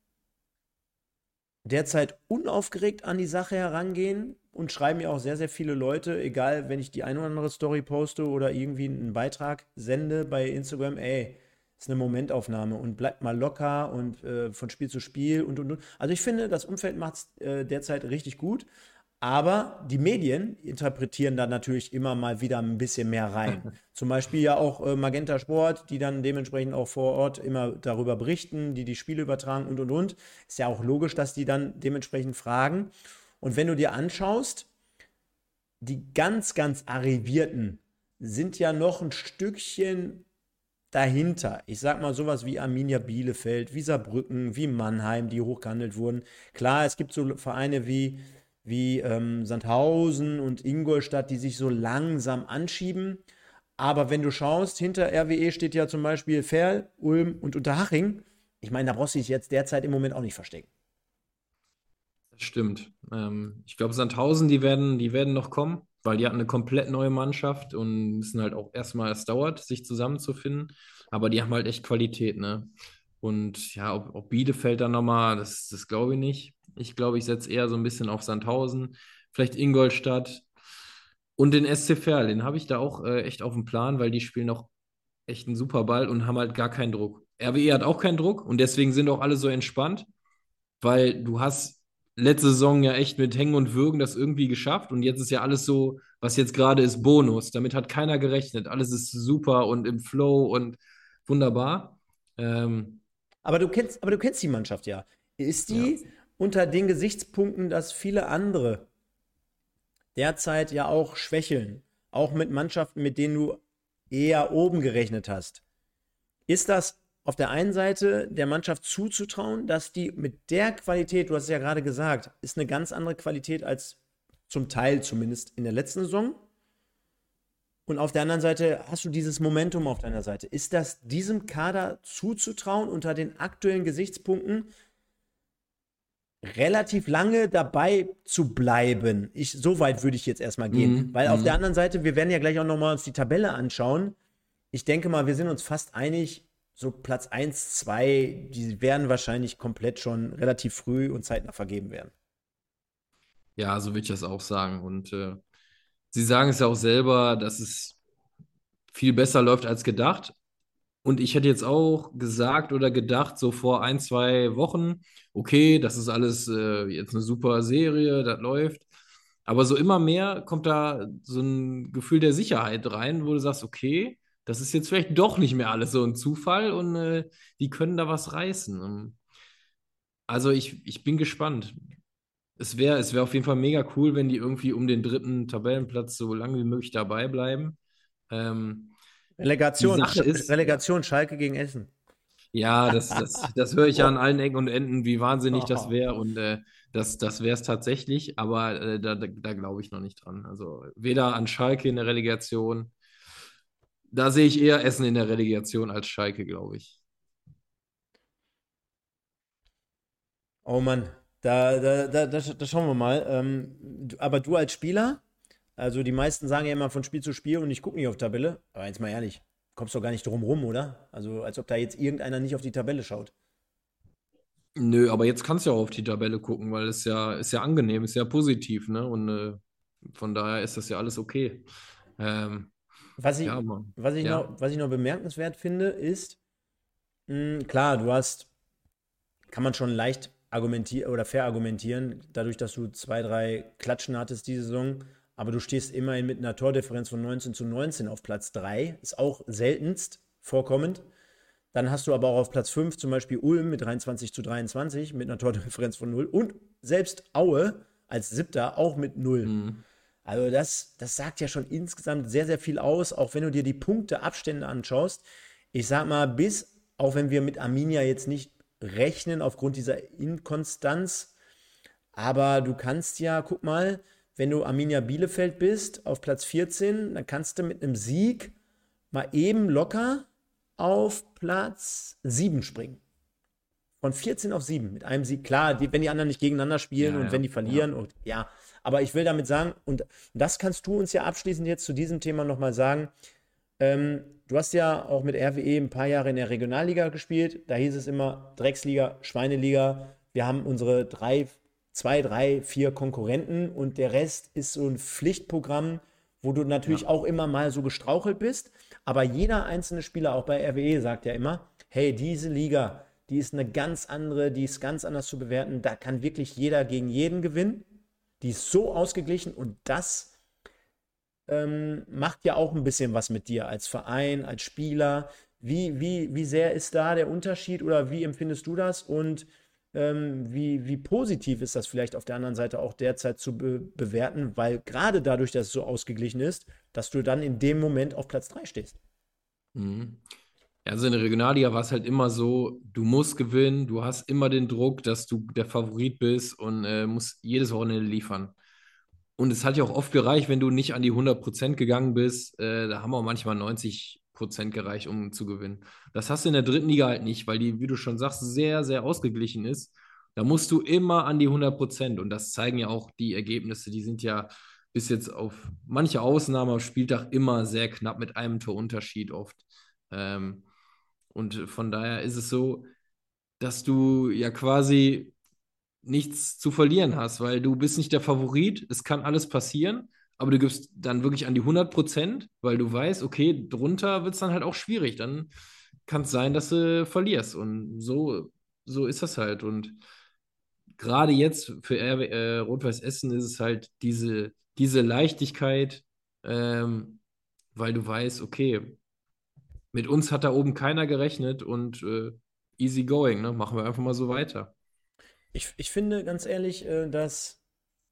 derzeit unaufgeregt an die Sache herangehen und schreiben mir auch sehr, sehr viele Leute, egal, wenn ich die eine oder andere Story poste oder irgendwie einen Beitrag sende bei Instagram, ey, ist eine Momentaufnahme und bleibt mal locker und äh, von Spiel zu Spiel und und und. Also ich finde, das Umfeld macht es äh, derzeit richtig gut. Aber die Medien interpretieren da natürlich immer mal wieder ein bisschen mehr rein. Zum Beispiel ja auch äh, Magenta Sport, die dann dementsprechend auch vor Ort immer darüber berichten, die die Spiele übertragen und und und. Ist ja auch logisch, dass die dann dementsprechend fragen. Und wenn du dir anschaust, die ganz, ganz Arrivierten sind ja noch ein Stückchen dahinter. Ich sag mal sowas wie Arminia Bielefeld, wie Saarbrücken, wie Mannheim, die hochgehandelt wurden. Klar, es gibt so Vereine wie wie ähm, Sandhausen und Ingolstadt, die sich so langsam anschieben. Aber wenn du schaust, hinter R W E steht ja zum Beispiel Verl, Ulm und Unterhaching. Ich meine, da brauchst du dich jetzt derzeit im Moment auch nicht verstecken. Das stimmt. Ähm, ich glaube, Sandhausen, die werden, die werden noch kommen, weil die hatten eine komplett neue Mannschaft und müssen halt auch erstmal, es dauert, sich zusammenzufinden. Aber die haben halt echt Qualität, ne? Und ja, ob, ob Bielefeld dann nochmal, das, das glaube ich nicht. Ich glaube, ich setze eher so ein bisschen auf Sandhausen, vielleicht Ingolstadt und den S C Verl. Den habe ich da auch äh, echt auf dem Plan, weil die spielen auch echt einen super Ball und haben halt gar keinen Druck. R W E hat auch keinen Druck und deswegen sind auch alle so entspannt, weil du hast letzte Saison ja echt mit Hängen und Würgen das irgendwie geschafft und jetzt ist ja alles so, was jetzt gerade ist, Bonus. Damit hat keiner gerechnet. Alles ist super und im Flow und wunderbar. Ähm, Aber du kennst, aber du kennst die Mannschaft ja. Ist ja. die unter den Gesichtspunkten, dass viele andere derzeit ja auch schwächeln, auch mit Mannschaften, mit denen du eher oben gerechnet hast? Ist das auf der einen Seite der Mannschaft zuzutrauen, dass die mit der Qualität, du hast es ja gerade gesagt, ist eine ganz andere Qualität als zum Teil zumindest in der letzten Saison? Und auf der anderen Seite hast du dieses Momentum auf deiner Seite. Ist das diesem Kader zuzutrauen, unter den aktuellen Gesichtspunkten relativ lange dabei zu bleiben? Ich, so weit würde ich jetzt erstmal gehen. Mhm, Weil auf der mhm. anderen Seite, wir werden ja gleich auch nochmal uns die Tabelle anschauen. Ich denke mal, wir sind uns fast einig, so Platz eins, zwei, die werden wahrscheinlich komplett schon relativ früh und zeitnah vergeben werden. Ja, so würde ich das auch sagen. Und äh, sie sagen es ja auch selber, dass es viel besser läuft als gedacht. Und ich hätte jetzt auch gesagt oder gedacht, so vor ein, zwei Wochen, okay, das ist alles äh, jetzt eine super Serie, das läuft. Aber so immer mehr kommt da so ein Gefühl der Sicherheit rein, wo du sagst, okay, das ist jetzt vielleicht doch nicht mehr alles so ein Zufall und äh, die können da was reißen. Und also ich, ich bin gespannt. Es wäre es wär auf jeden Fall mega cool, wenn die irgendwie um den dritten Tabellenplatz so lange wie möglich dabei bleiben. Ähm, die Relegation, Sache Sch ist, ja, Relegation, Schalke gegen Essen. ja, das, das, das höre ich ja an Boah. allen Ecken und Enden, wie wahnsinnig das Oh. wäre. Und äh, das, das wäre es tatsächlich, aber äh, da, da, da glaube ich noch nicht dran. Also weder an Schalke in der Relegation, da sehe ich eher Essen in der Relegation als Schalke, glaube ich. Oh Mann, da, da, da, da, da schauen wir mal. Ähm, du- aber du als Spieler, also die meisten sagen ja immer von Spiel zu Spiel und ich gucke nicht auf Tabelle. Aber jetzt mal ehrlich, kommst doch gar nicht drum rum, oder? Also als ob da jetzt irgendeiner nicht auf die Tabelle schaut. Nö, aber jetzt kannst du ja auch auf die Tabelle gucken, weil es ja, ist ja angenehm, ist ja positiv, ne? Und äh, von daher ist das ja alles okay. Ähm, Was ja, ich, Mann. was ich Ja. noch, was ich noch bemerkenswert finde, ist, mh, klar, du hast, kann man schon leicht argumentieren oder verargumentieren, dadurch, dass du zwei, drei Klatschen hattest diese Saison, aber du stehst immerhin mit einer Tordifferenz von neunzehn zu neunzehn auf Platz drei, ist auch seltenst vorkommend. Dann hast du aber auch auf Platz fünf zum Beispiel Ulm mit dreiundzwanzig zu dreiundzwanzig mit einer Tordifferenz von null und selbst Aue als Siebter auch mit null. Mhm. Also das, das sagt ja schon insgesamt sehr, sehr viel aus, auch wenn du dir die Punkteabstände anschaust. Ich sag mal, bis, auch wenn wir mit Arminia jetzt nicht rechnen aufgrund dieser Inkonstanz, aber du kannst ja, guck mal, wenn du Arminia Bielefeld bist, auf Platz vierzehn, dann kannst du mit einem Sieg mal eben locker auf Platz sieben springen. Von vierzehn auf sieben mit einem Sieg. Klar, die, wenn die anderen nicht gegeneinander spielen Ja, und wenn ja, die ja. verlieren und ja. Aber ich will damit sagen, und das kannst du uns ja abschließend jetzt zu diesem Thema nochmal sagen. Ähm, du hast ja auch mit R W E ein paar Jahre in der Regionalliga gespielt. Da hieß es immer Drecksliga, Schweineliga. Wir haben unsere drei, zwei, drei, vier Konkurrenten und der Rest ist so ein Pflichtprogramm, wo du natürlich Ja. auch immer mal so gestrauchelt bist. Aber jeder einzelne Spieler, auch bei R W E, sagt ja immer, hey, diese Liga, die ist eine ganz andere, die ist ganz anders zu bewerten. Da kann wirklich jeder gegen jeden gewinnen. Die ist so ausgeglichen und das ähm, macht ja auch ein bisschen was mit dir als Verein, als Spieler. Wie, wie, wie sehr ist da der Unterschied oder wie empfindest du das? Und ähm, wie, wie positiv ist das vielleicht auf der anderen Seite auch derzeit zu be bewerten, weil gerade dadurch, dass es so ausgeglichen ist, dass du dann in dem Moment auf Platz drei stehst. Mhm. Ja, also in der Regionalliga war es halt immer so, du musst gewinnen, du hast immer den Druck, dass du der Favorit bist und äh, musst jedes Wochenende liefern. Und es hat ja auch oft gereicht, wenn du nicht an die hundert Prozent gegangen bist. Äh, da haben auch manchmal neunzig Prozent gereicht, um zu gewinnen. Das hast du in der dritten Liga halt nicht, weil die, wie du schon sagst, sehr, sehr ausgeglichen ist. Da musst du immer an die hundert Prozent. Und das zeigen ja auch die Ergebnisse. Die sind ja bis jetzt auf manche Ausnahmen am Spieltag immer sehr knapp mit einem Torunterschied oft. Ähm, und von daher ist es so, dass du ja quasi nichts zu verlieren hast, weil du bist nicht der Favorit, es kann alles passieren, aber du gibst dann wirklich an die hundert Prozent, weil du weißt, okay, drunter wird es dann halt auch schwierig, dann kann es sein, dass du verlierst und so, so ist das halt und gerade jetzt für R W, äh, Rot-Weiß Essen ist es halt diese, diese Leichtigkeit, ähm, weil du weißt, okay, mit uns hat da oben keiner gerechnet und äh, easy going, ne? Machen wir einfach mal so weiter. Ich, ich finde ganz ehrlich, äh, dass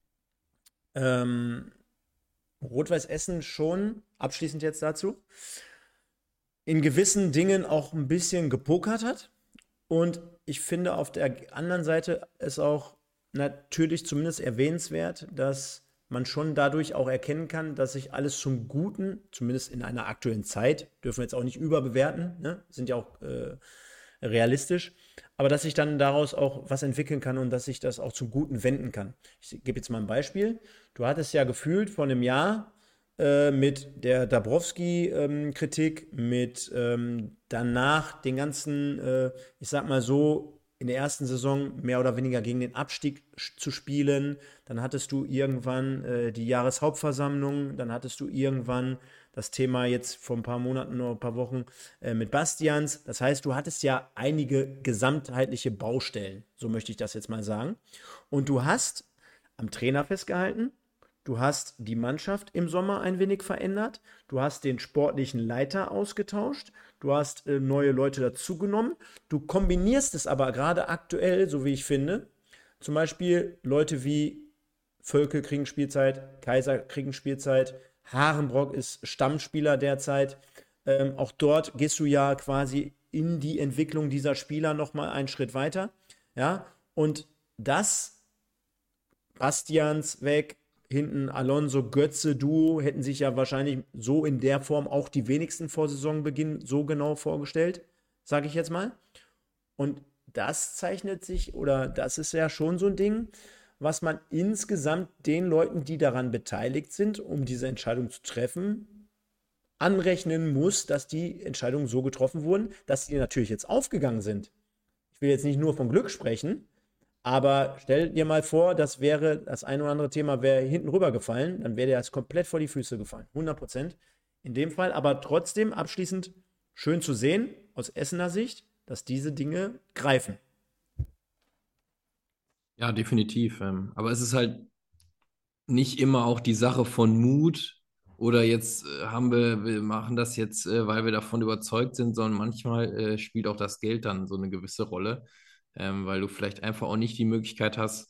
ähm, Rot-Weiß Essen schon, abschließend jetzt dazu, in gewissen Dingen auch ein bisschen gepokert hat. Und ich finde auf der anderen Seite ist auch natürlich zumindest erwähnenswert, dass man schon dadurch auch erkennen kann, dass sich alles zum Guten, zumindest in einer aktuellen Zeit, dürfen wir jetzt auch nicht überbewerten, ne? Sind ja auch äh, realistisch, aber dass sich dann daraus auch was entwickeln kann und dass sich das auch zum Guten wenden kann. Ich gebe jetzt mal ein Beispiel. Du hattest ja gefühlt vor einem Jahr äh, mit der Dabrowski-Kritik, ähm, mit ähm, danach den ganzen, äh, ich sag mal so, in der ersten Saison mehr oder weniger gegen den Abstieg zu spielen. Dann hattest du irgendwann äh, die Jahreshauptversammlung, dann hattest du irgendwann das Thema jetzt vor ein paar Monaten oder ein paar Wochen äh, mit Bastians. Das heißt, du hattest ja einige gesamtheitliche Baustellen, so möchte ich das jetzt mal sagen. Und du hast am Trainer festgehalten, Du hast die Mannschaft im Sommer ein wenig verändert. Du hast den sportlichen Leiter ausgetauscht. Du hast äh, neue Leute dazugenommen. Du kombinierst es aber gerade aktuell, so wie ich finde. Zum Beispiel Leute wie Völke kriegen Spielzeit, Kaiser kriegen Spielzeit, Harenbrock ist Stammspieler derzeit. Ähm, auch dort gehst du ja quasi in die Entwicklung dieser Spieler nochmal einen Schritt weiter. Ja, und das, Bastians weg, hinten Alonso, Götze, Duo, hätten sich ja wahrscheinlich so in der Form auch die wenigsten vor Saisonbeginn so genau vorgestellt, sage ich jetzt mal. Und das zeichnet sich, oder das ist ja schon so ein Ding, was man insgesamt den Leuten, die daran beteiligt sind, um diese Entscheidung zu treffen, anrechnen muss, dass die Entscheidungen so getroffen wurden, dass sie natürlich jetzt aufgegangen sind. Ich will jetzt nicht nur vom Glück sprechen, aber stell dir mal vor, das wäre, das ein oder andere Thema wäre hinten rübergefallen, dann wäre dir das komplett vor die Füße gefallen. hundert Prozent in dem Fall, aber trotzdem abschließend schön zu sehen, aus Essener Sicht, dass diese Dinge greifen. Ja, definitiv. ähm, Aber es ist halt nicht immer auch die Sache von Mut oder jetzt äh, haben wir, wir machen das jetzt, äh, weil wir davon überzeugt sind, sondern manchmal äh, spielt auch das Geld dann so eine gewisse Rolle, ähm, weil du vielleicht einfach auch nicht die Möglichkeit hast,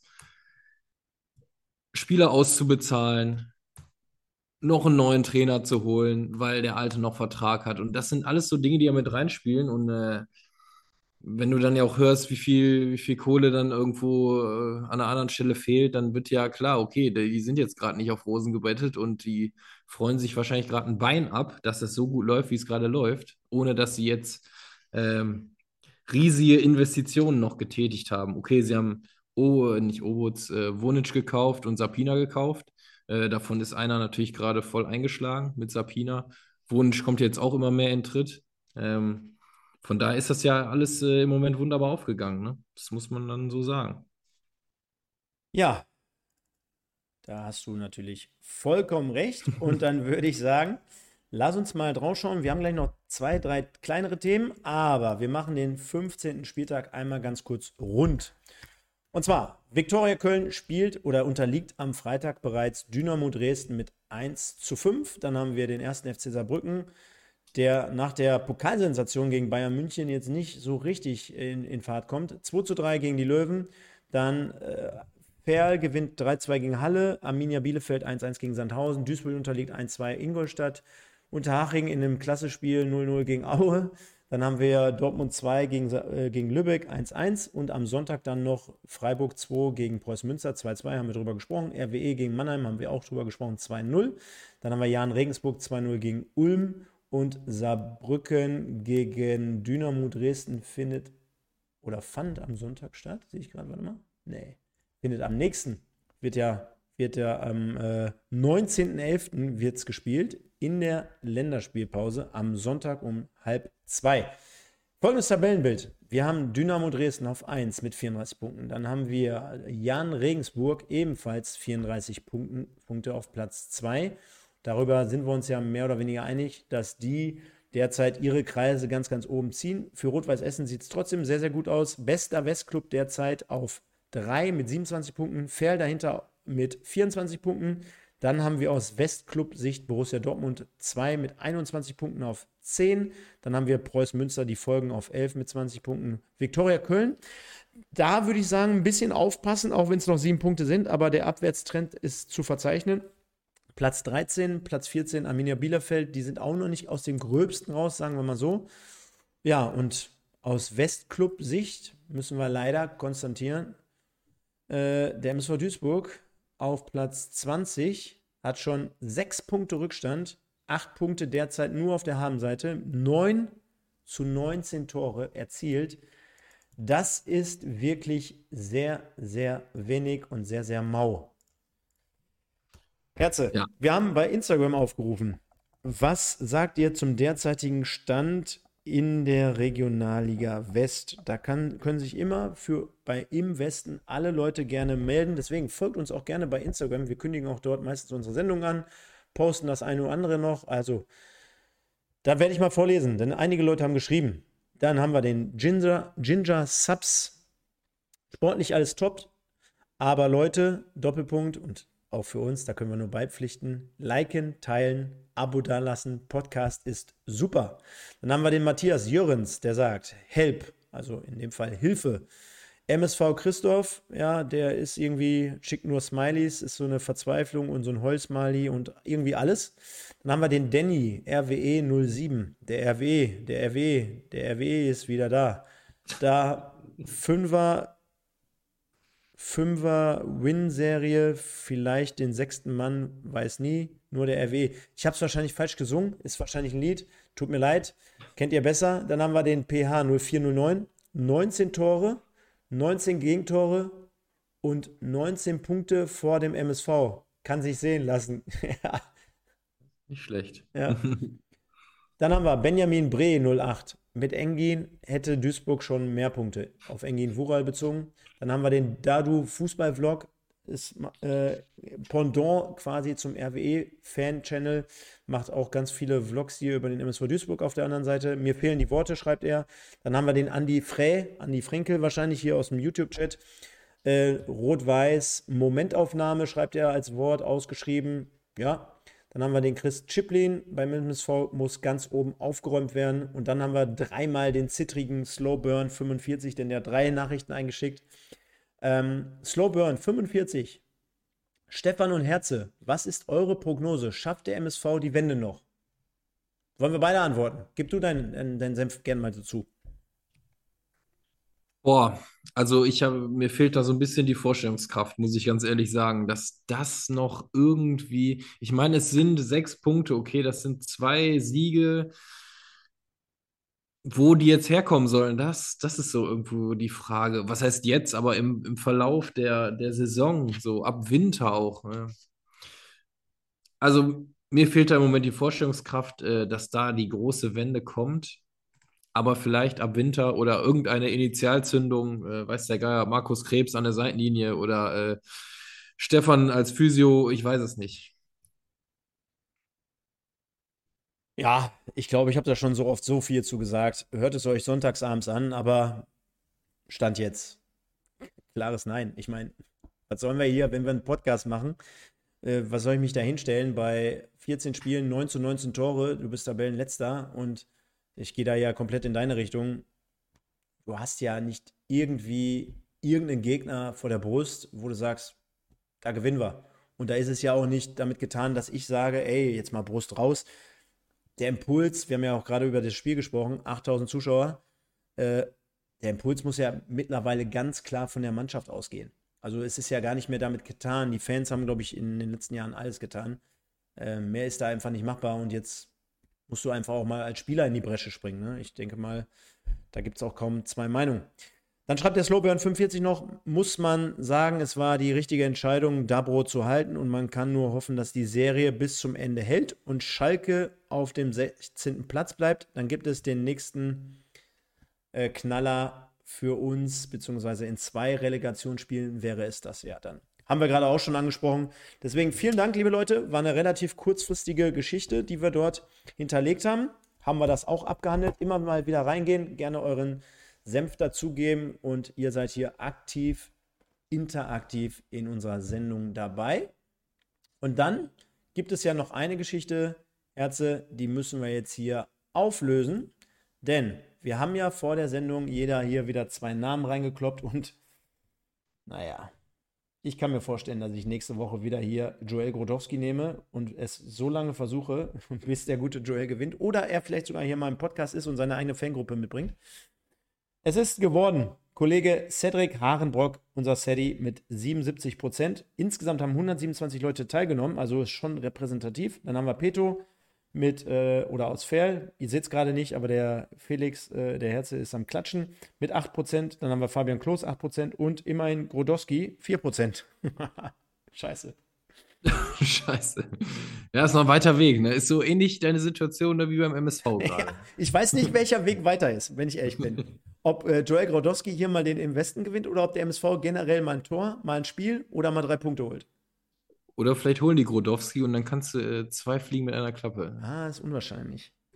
Spieler auszubezahlen, noch einen neuen Trainer zu holen, weil der alte noch Vertrag hat. Und das sind alles so Dinge, die ja mit reinspielen. Und äh, wenn du dann ja auch hörst, wie viel, wie viel Kohle dann irgendwo äh, an einer anderen Stelle fehlt, dann wird ja klar, okay, die, die sind jetzt gerade nicht auf Rosen gebettet und die freuen sich wahrscheinlich gerade ein Bein ab, dass das so gut läuft, wie es gerade läuft, ohne dass sie jetzt ähm, riesige Investitionen noch getätigt haben. Okay, sie haben oh, nicht Oboz, äh, Wonic gekauft und Sapina gekauft. Äh, davon ist einer natürlich gerade voll eingeschlagen mit Sapina. Wonic kommt jetzt auch immer mehr in Tritt. Ähm, von daher ist das ja alles äh, im Moment wunderbar aufgegangen, ne? Das muss man dann so sagen. Ja, da hast du natürlich vollkommen recht. Und dann würde ich sagen, lass uns mal drauf schauen. Wir haben gleich noch zwei, drei kleinere Themen, aber wir machen den fünfzehnten Spieltag einmal ganz kurz rund. Und zwar, Viktoria Köln spielt oder unterliegt am Freitag bereits Dynamo Dresden mit eins zu fünf. Dann haben wir den ersten F C Saarbrücken, der nach der Pokalsensation gegen Bayern München jetzt nicht so richtig in, in Fahrt kommt. zwei zu drei gegen die Löwen. Dann äh, Perl gewinnt drei zwei gegen Halle. Arminia Bielefeld eins eins gegen Sandhausen. Duisburg unterliegt eins zwei Ingolstadt. Unterhaching in einem Klassespiel null null gegen Aue. Dann haben wir Dortmund zwei gegen, äh, gegen Lübeck eins eins und am Sonntag dann noch Freiburg zwei gegen Preußen Münster zwei zwei, haben wir drüber gesprochen. R W E gegen Mannheim haben wir auch drüber gesprochen, zwei null. Dann haben wir Jahn Regensburg zwei null gegen Ulm und Saarbrücken gegen Dynamo Dresden findet oder fand am Sonntag statt. Sehe ich gerade, warte mal. Nee, findet am nächsten, wird ja, wird ja am äh, neunzehnten elften wird's gespielt in der Länderspielpause am Sonntag um halb zwei. Folgendes Tabellenbild. Wir haben Dynamo Dresden auf eins mit vierunddreißig Punkten. Dann haben wir Jahn Regensburg ebenfalls vierunddreißig Punkten, Punkte auf Platz zwei. Darüber sind wir uns ja mehr oder weniger einig, dass die derzeit ihre Kreise ganz, ganz oben ziehen. Für Rot-Weiß Essen sieht es trotzdem sehr, sehr gut aus. Bester Westclub derzeit auf drei mit siebenundzwanzig Punkten. Ferl dahinter mit vierundzwanzig Punkten. Dann haben wir aus Westclub-Sicht Borussia Dortmund zwei mit einundzwanzig Punkten auf zehn. Dann haben wir Preußen Münster, die folgen auf elf mit zwanzig Punkten. Viktoria Köln, da würde ich sagen, ein bisschen aufpassen, auch wenn es noch sieben Punkte sind, aber der Abwärtstrend ist zu verzeichnen. Platz dreizehn, Platz vierzehn, Arminia Bielefeld, die sind auch noch nicht aus dem Gröbsten raus, sagen wir mal so. Ja, und aus Westclub-Sicht müssen wir leider konstatieren, äh, der M S V Duisburg auf Platz zwanzig, hat schon sechs Punkte Rückstand, acht Punkte derzeit nur auf der Habenseite, neun zu neunzehn Tore erzielt. Das ist wirklich sehr, sehr wenig und sehr, sehr mau. Herze, Ja. wir haben bei Instagram aufgerufen. Was sagt ihr zum derzeitigen Stand in der Regionalliga West? Da kann, können sich immer für bei im Westen alle Leute gerne melden. Deswegen folgt uns auch gerne bei Instagram. Wir kündigen auch dort meistens unsere Sendung an, posten das eine oder andere noch. Also, da werde ich mal vorlesen, denn einige Leute haben geschrieben. Dann haben wir den Ginger, Ginger Subs. Sportlich alles top, aber Leute, Doppelpunkt und auch für uns, da können wir nur beipflichten. Liken, teilen, Abo dalassen. Podcast ist super. Dann haben wir den Matthias Jürgens, der sagt, Help, also in dem Fall Hilfe. M S V Christoph, ja, der ist irgendwie, schickt nur Smileys, ist so eine Verzweiflung und so ein Heulsmiley und irgendwie alles. Dann haben wir den Danny, R W E null sieben. Der R W E, der R W E, der R W E ist wieder da. Da Fünfer, Fünfer Win-Serie, vielleicht den sechsten Mann, weiß nie, nur der R W E. Ich habe es wahrscheinlich falsch gesungen, ist wahrscheinlich ein Lied, tut mir leid, kennt ihr besser. Dann haben wir den P H null vier null neun, neunzehn Tore, neunzehn Gegentore und neunzehn Punkte vor dem M S V. Kann sich sehen lassen. Ja. Nicht schlecht. Ja. Dann haben wir Benjamin Bre null acht. Mit Engin hätte Duisburg schon mehr Punkte. Auf Engin Wural bezogen. Dann haben wir den Dadu Fußball-Vlog. Ist äh, Pendant quasi zum R W E-Fan-Channel. Macht auch ganz viele Vlogs hier über den M S V Duisburg auf der anderen Seite. Mir fehlen die Worte, schreibt er. Dann haben wir den Andi Frey, Andi Frenkel wahrscheinlich hier aus dem YouTube-Chat. Äh, Rot-Weiß Momentaufnahme schreibt er als Wort ausgeschrieben. Ja. Dann haben wir den Chris Chiplin beim M S V, muss ganz oben aufgeräumt werden. Und dann haben wir dreimal den zittrigen Slowburn fünfundvierzig, denn der hat drei Nachrichten eingeschickt. Ähm, Slowburn fünfundvierzig. Stefan und Herze, was ist eure Prognose? Schafft der M S V die Wende noch? Wollen wir beide antworten? Gib du deinen dein, dein Senf gerne mal dazu. Boah, also ich habe, mir fehlt da so ein bisschen die Vorstellungskraft, muss ich ganz ehrlich sagen, dass das noch irgendwie, ich meine, es sind sechs Punkte, okay, das sind zwei Siege, wo die jetzt herkommen sollen, das, das ist so irgendwo die Frage. Was heißt jetzt, aber im, im Verlauf der, der Saison, so ab Winter auch, ne? Also mir fehlt da im Moment die Vorstellungskraft, äh, dass da die große Wende kommt. Aber vielleicht ab Winter oder irgendeine Initialzündung, äh, weiß der Geier, Markus Krebs an der Seitenlinie oder äh, Stefan als Physio, ich weiß es nicht. Ja, ich glaube, ich habe da schon so oft so viel zu gesagt. Hört es euch sonntagsabends an, aber Stand jetzt. Klares Nein. Ich meine, was sollen wir hier, wenn wir einen Podcast machen? Äh, was soll ich mich da hinstellen? Bei vierzehn Spielen, neun zu neunzehn Tore, du bist Tabellenletzter und ich gehe da ja komplett in deine Richtung. Du hast ja nicht irgendwie irgendeinen Gegner vor der Brust, wo du sagst, da gewinnen wir. Und da ist es ja auch nicht damit getan, dass ich sage, ey, jetzt mal Brust raus. Der Impuls, wir haben ja auch gerade über das Spiel gesprochen, achttausend Zuschauer, äh, der Impuls muss ja mittlerweile ganz klar von der Mannschaft ausgehen. Also es ist ja gar nicht mehr damit getan. Die Fans haben, glaube ich, in den letzten Jahren alles getan. Äh, mehr ist da einfach nicht machbar und jetzt musst du einfach auch mal als Spieler in die Bresche springen. Ne? Ich denke mal, da gibt es auch kaum zwei Meinungen. Dann schreibt der Slowburn fünfundvierzig noch, muss man sagen, es war die richtige Entscheidung, Dabro zu halten und man kann nur hoffen, dass die Serie bis zum Ende hält und Schalke auf dem sechzehnten Platz bleibt. Dann gibt es den nächsten äh, Knaller für uns, beziehungsweise in zwei Relegationsspielen wäre es das ja dann. Haben wir gerade auch schon angesprochen. Deswegen vielen Dank, liebe Leute. War eine relativ kurzfristige Geschichte, die wir dort hinterlegt haben. Haben wir das auch abgehandelt. Immer mal wieder reingehen, gerne euren Senf dazugeben und ihr seid hier aktiv, interaktiv in unserer Sendung dabei. Und dann gibt es ja noch eine Geschichte, Herze, die müssen wir jetzt hier auflösen, denn wir haben ja vor der Sendung jeder hier wieder zwei Namen reingekloppt und naja, ich kann mir vorstellen, dass ich nächste Woche wieder hier Joel Grodowski nehme und es so lange versuche, bis der gute Joel gewinnt oder er vielleicht sogar hier mal im Podcast ist und seine eigene Fangruppe mitbringt. Es ist geworden, Kollege Cedric Harenbrock, unser Ceddy mit siebenundsiebzig Prozent. Insgesamt haben hundertsiebenundzwanzig Leute teilgenommen, also ist schon repräsentativ. Dann haben wir Peto mit, äh, oder aus Ferl, ihr seht es gerade nicht, aber der Felix, äh, der Herze, ist am Klatschen mit acht Prozent. Dann haben wir Fabian Klos acht Prozent und immerhin Grodowski vier Prozent. Scheiße. Scheiße. Ja, ist noch ein weiter Weg, ne? Ist so ähnlich deine Situation da wie beim M S V gerade. Ja, ich weiß nicht, welcher Weg weiter ist, wenn ich ehrlich bin. Ob äh, Joel Grodowski hier mal den im Westen gewinnt oder ob der M S V generell mal ein Tor, mal ein Spiel oder mal drei Punkte holt. Oder vielleicht holen die Grodowski und dann kannst du äh, zwei Fliegen mit einer Klappe. Ah, ist unwahrscheinlich.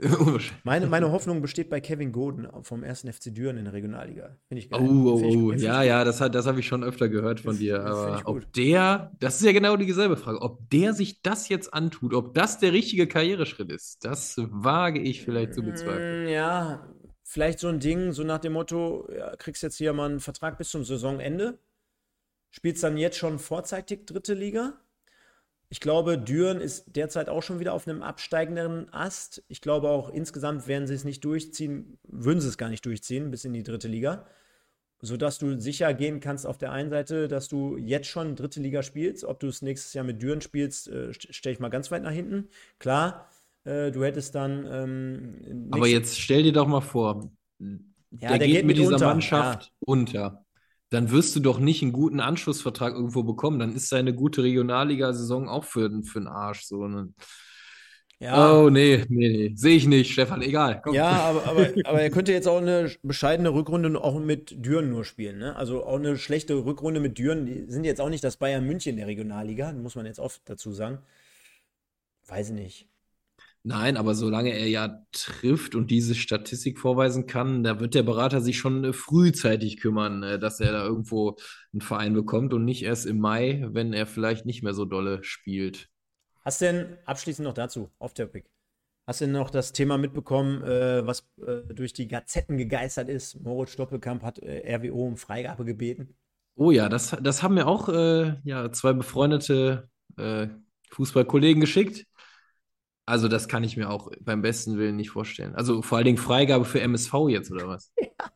Meine, meine Hoffnung besteht bei Kevin Goden vom ersten F C Düren in der Regionalliga. Finde ich Oh, geil. Den finde ich, oh, oh, den find ich ja, gut. ja, das hat, das habe ich schon öfter gehört von Das, dir. das finde ich Aber gut. ob der, das ist ja genau dieselbe Frage, ob der sich das jetzt antut, ob das der richtige Karriereschritt ist, das wage ich vielleicht zu bezweifeln. Mm, Ja, vielleicht so ein Ding, so nach dem Motto, ja, kriegst jetzt hier mal einen Vertrag bis zum Saisonende, spielst dann jetzt schon vorzeitig dritte Liga. Ich glaube, Düren ist derzeit auch schon wieder auf einem absteigenden Ast. Ich glaube auch insgesamt werden sie es nicht durchziehen, würden sie es gar nicht durchziehen bis in die dritte Liga, sodass du sicher gehen kannst auf der einen Seite, dass du jetzt schon dritte Liga spielst. Ob du es nächstes Jahr mit Düren spielst, äh, stelle ich mal ganz weit nach hinten. Klar, äh, du hättest dann ähm, Aber nächste, jetzt stell dir doch mal vor, ja, der der geht geht mit mit dieser unter, ja. Mannschaft unter. Dann wirst du doch nicht einen guten Anschlussvertrag irgendwo bekommen. Dann ist seine gute Regionalliga-Saison auch für, für den Arsch. So, ne? Ja, Oh, nee, nee, nee. Sehe ich nicht, Stefan. Egal, komm. ja, aber, aber, aber er könnte jetzt auch eine bescheidene Rückrunde auch mit Düren nur spielen. Ne? Also auch eine schlechte Rückrunde mit Düren. Die sind jetzt auch nicht das Bayern München der Regionalliga, muss man jetzt oft dazu sagen. Weiß ich nicht. Nein, aber solange er ja trifft und diese Statistik vorweisen kann, da wird der Berater sich schon äh, frühzeitig kümmern, äh, dass er da irgendwo einen Verein bekommt und nicht erst im Mai, wenn er vielleicht nicht mehr so dolle spielt. Hast denn, abschließend noch dazu, Off-Topic, hast du denn noch das Thema mitbekommen, äh, was äh, durch die Gazetten gegeistert ist? Moritz Stoppelkamp hat äh, R W O um Freigabe gebeten. Oh ja, das, das haben mir auch äh, ja, zwei befreundete äh, Fußballkollegen geschickt. Also das kann ich mir auch beim besten Willen nicht vorstellen. Also vor allen Dingen Freigabe für M S V jetzt oder was?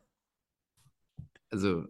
Also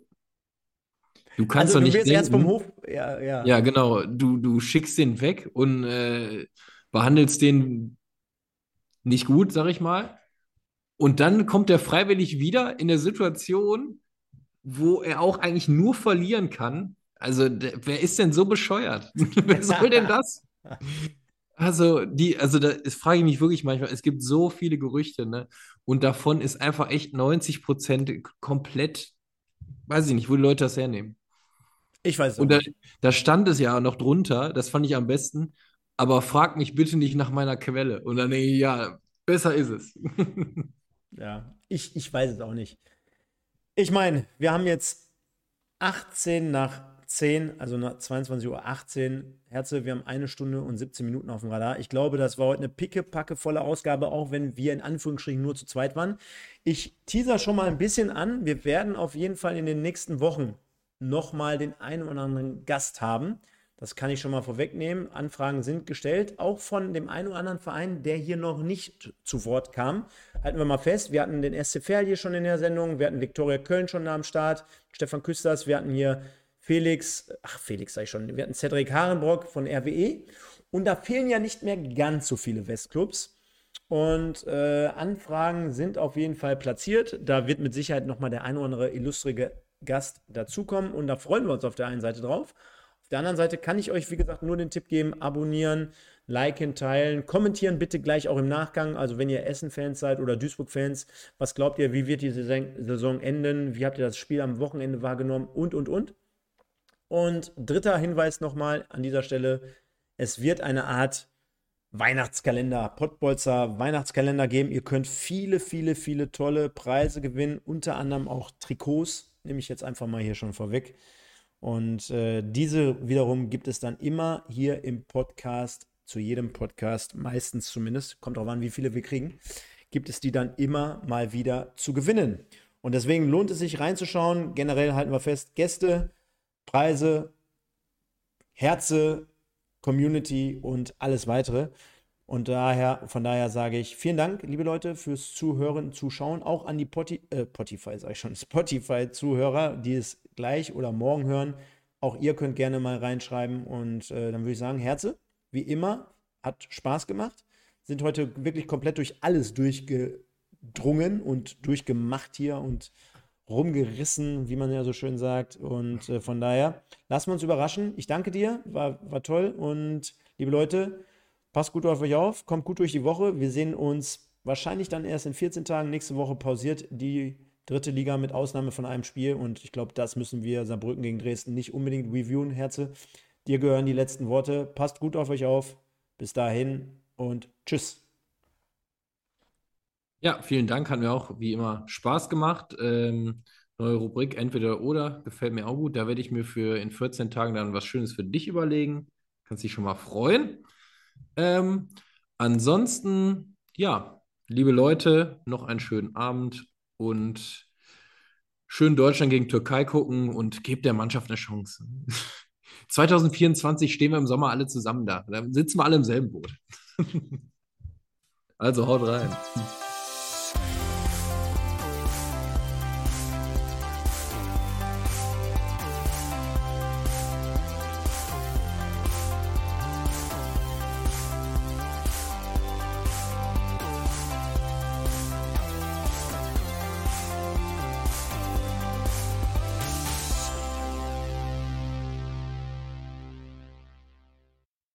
du kannst Also doch du nicht wirst erst vom denken, Hof, ja, ja. ja genau, du, du schickst den weg und äh, behandelst den nicht gut, sag ich mal. Und dann kommt er freiwillig wieder in der Situation, wo er auch eigentlich nur verlieren kann. Also, der, wer ist denn so bescheuert? Wer soll denn das? Also, die, also da das frage ich mich wirklich manchmal, es gibt so viele Gerüchte, ne? Und davon ist einfach echt neunzig Prozent komplett, weiß ich nicht, wo die Leute das hernehmen. Ich weiß es auch Und da, nicht. da stand es ja noch drunter, das fand ich am besten, aber frag mich bitte nicht nach meiner Quelle. Und dann denke ich, ja, besser ist es. Ja, ich, ich weiß es auch nicht. Ich meine, wir haben jetzt achtzehn nach zehn, also nach zweiundzwanzig Uhr achtzehn. Herze, wir haben eine Stunde und siebzehn Minuten auf dem Radar. Ich glaube, das war heute eine picke-packe volle Ausgabe, auch wenn wir in Anführungsstrichen nur zu zweit waren. Ich teaser schon mal ein bisschen an. Wir werden auf jeden Fall in den nächsten Wochen nochmal den einen oder anderen Gast haben. Das kann ich schon mal vorwegnehmen. Anfragen sind gestellt, auch von dem einen oder anderen Verein, der hier noch nicht zu Wort kam. Halten wir mal fest, wir hatten den S C Verl hier schon in der Sendung, wir hatten Viktoria Köln schon am Start, Stefan Küsters, wir hatten hier Felix, ach Felix sag ich schon, wir hatten Cedric Harenbrock von R W E und da fehlen ja nicht mehr ganz so viele Westclubs. Und äh, Anfragen sind auf jeden Fall platziert. Da wird mit Sicherheit nochmal der ein oder andere illustre Gast dazukommen und da freuen wir uns auf der einen Seite drauf. Auf der anderen Seite kann ich euch, wie gesagt, nur den Tipp geben: abonnieren, liken, teilen, kommentieren bitte gleich auch im Nachgang. Also, wenn ihr Essen-Fans seid oder Duisburg-Fans, was glaubt ihr, wie wird die Saison enden? Wie habt ihr das Spiel am Wochenende wahrgenommen? Und, und, und. Und dritter Hinweis nochmal an dieser Stelle: Es wird eine Art Weihnachtskalender, Pottbolzer Weihnachtskalender geben. Ihr könnt viele, viele, viele tolle Preise gewinnen, unter anderem auch Trikots. Nehme ich jetzt einfach mal hier schon vorweg. Und äh, diese wiederum gibt es dann immer hier im Podcast, zu jedem Podcast, meistens zumindest, kommt drauf an, wie viele wir kriegen, gibt es die dann immer mal wieder zu gewinnen. Und deswegen lohnt es sich reinzuschauen. Generell halten wir fest, Gäste, Preise, Herze, Community und alles weitere. Und daher, von daher sage ich vielen Dank, liebe Leute, fürs Zuhören, Zuschauen. Auch an die Poti, äh, Spotify, sage ich schon, Spotify-Zuhörer, die es gleich oder morgen hören. Auch ihr könnt gerne mal reinschreiben. Und äh, dann würde ich sagen, Herze, wie immer, hat Spaß gemacht. Sind heute wirklich komplett durch alles durchgedrungen und durchgemacht hier und rumgerissen, wie man ja so schön sagt. Und äh, von daher, lassen wir uns überraschen. Ich danke dir, war, war toll. Und liebe Leute, passt gut auf euch auf, kommt gut durch die Woche. Wir sehen uns wahrscheinlich dann erst in vierzehn Tagen. Nächste Woche pausiert die dritte Liga mit Ausnahme von einem Spiel. Und ich glaube, das müssen wir Saarbrücken gegen Dresden nicht unbedingt reviewen, Herze. Dir gehören die letzten Worte. Passt gut auf euch auf. Bis dahin und tschüss. Ja, vielen Dank, hat mir auch wie immer Spaß gemacht. Ähm, neue Rubrik Entweder oder gefällt mir auch gut. Da werde ich mir für in vierzehn Tagen dann was Schönes für dich überlegen. Kannst dich schon mal freuen. Ähm, ansonsten, ja, liebe Leute, noch einen schönen Abend und schön Deutschland gegen Türkei gucken und gebt der Mannschaft eine Chance. zwanzig vierundzwanzig stehen wir im Sommer alle zusammen da. Da sitzen wir alle im selben Boot. Also haut rein.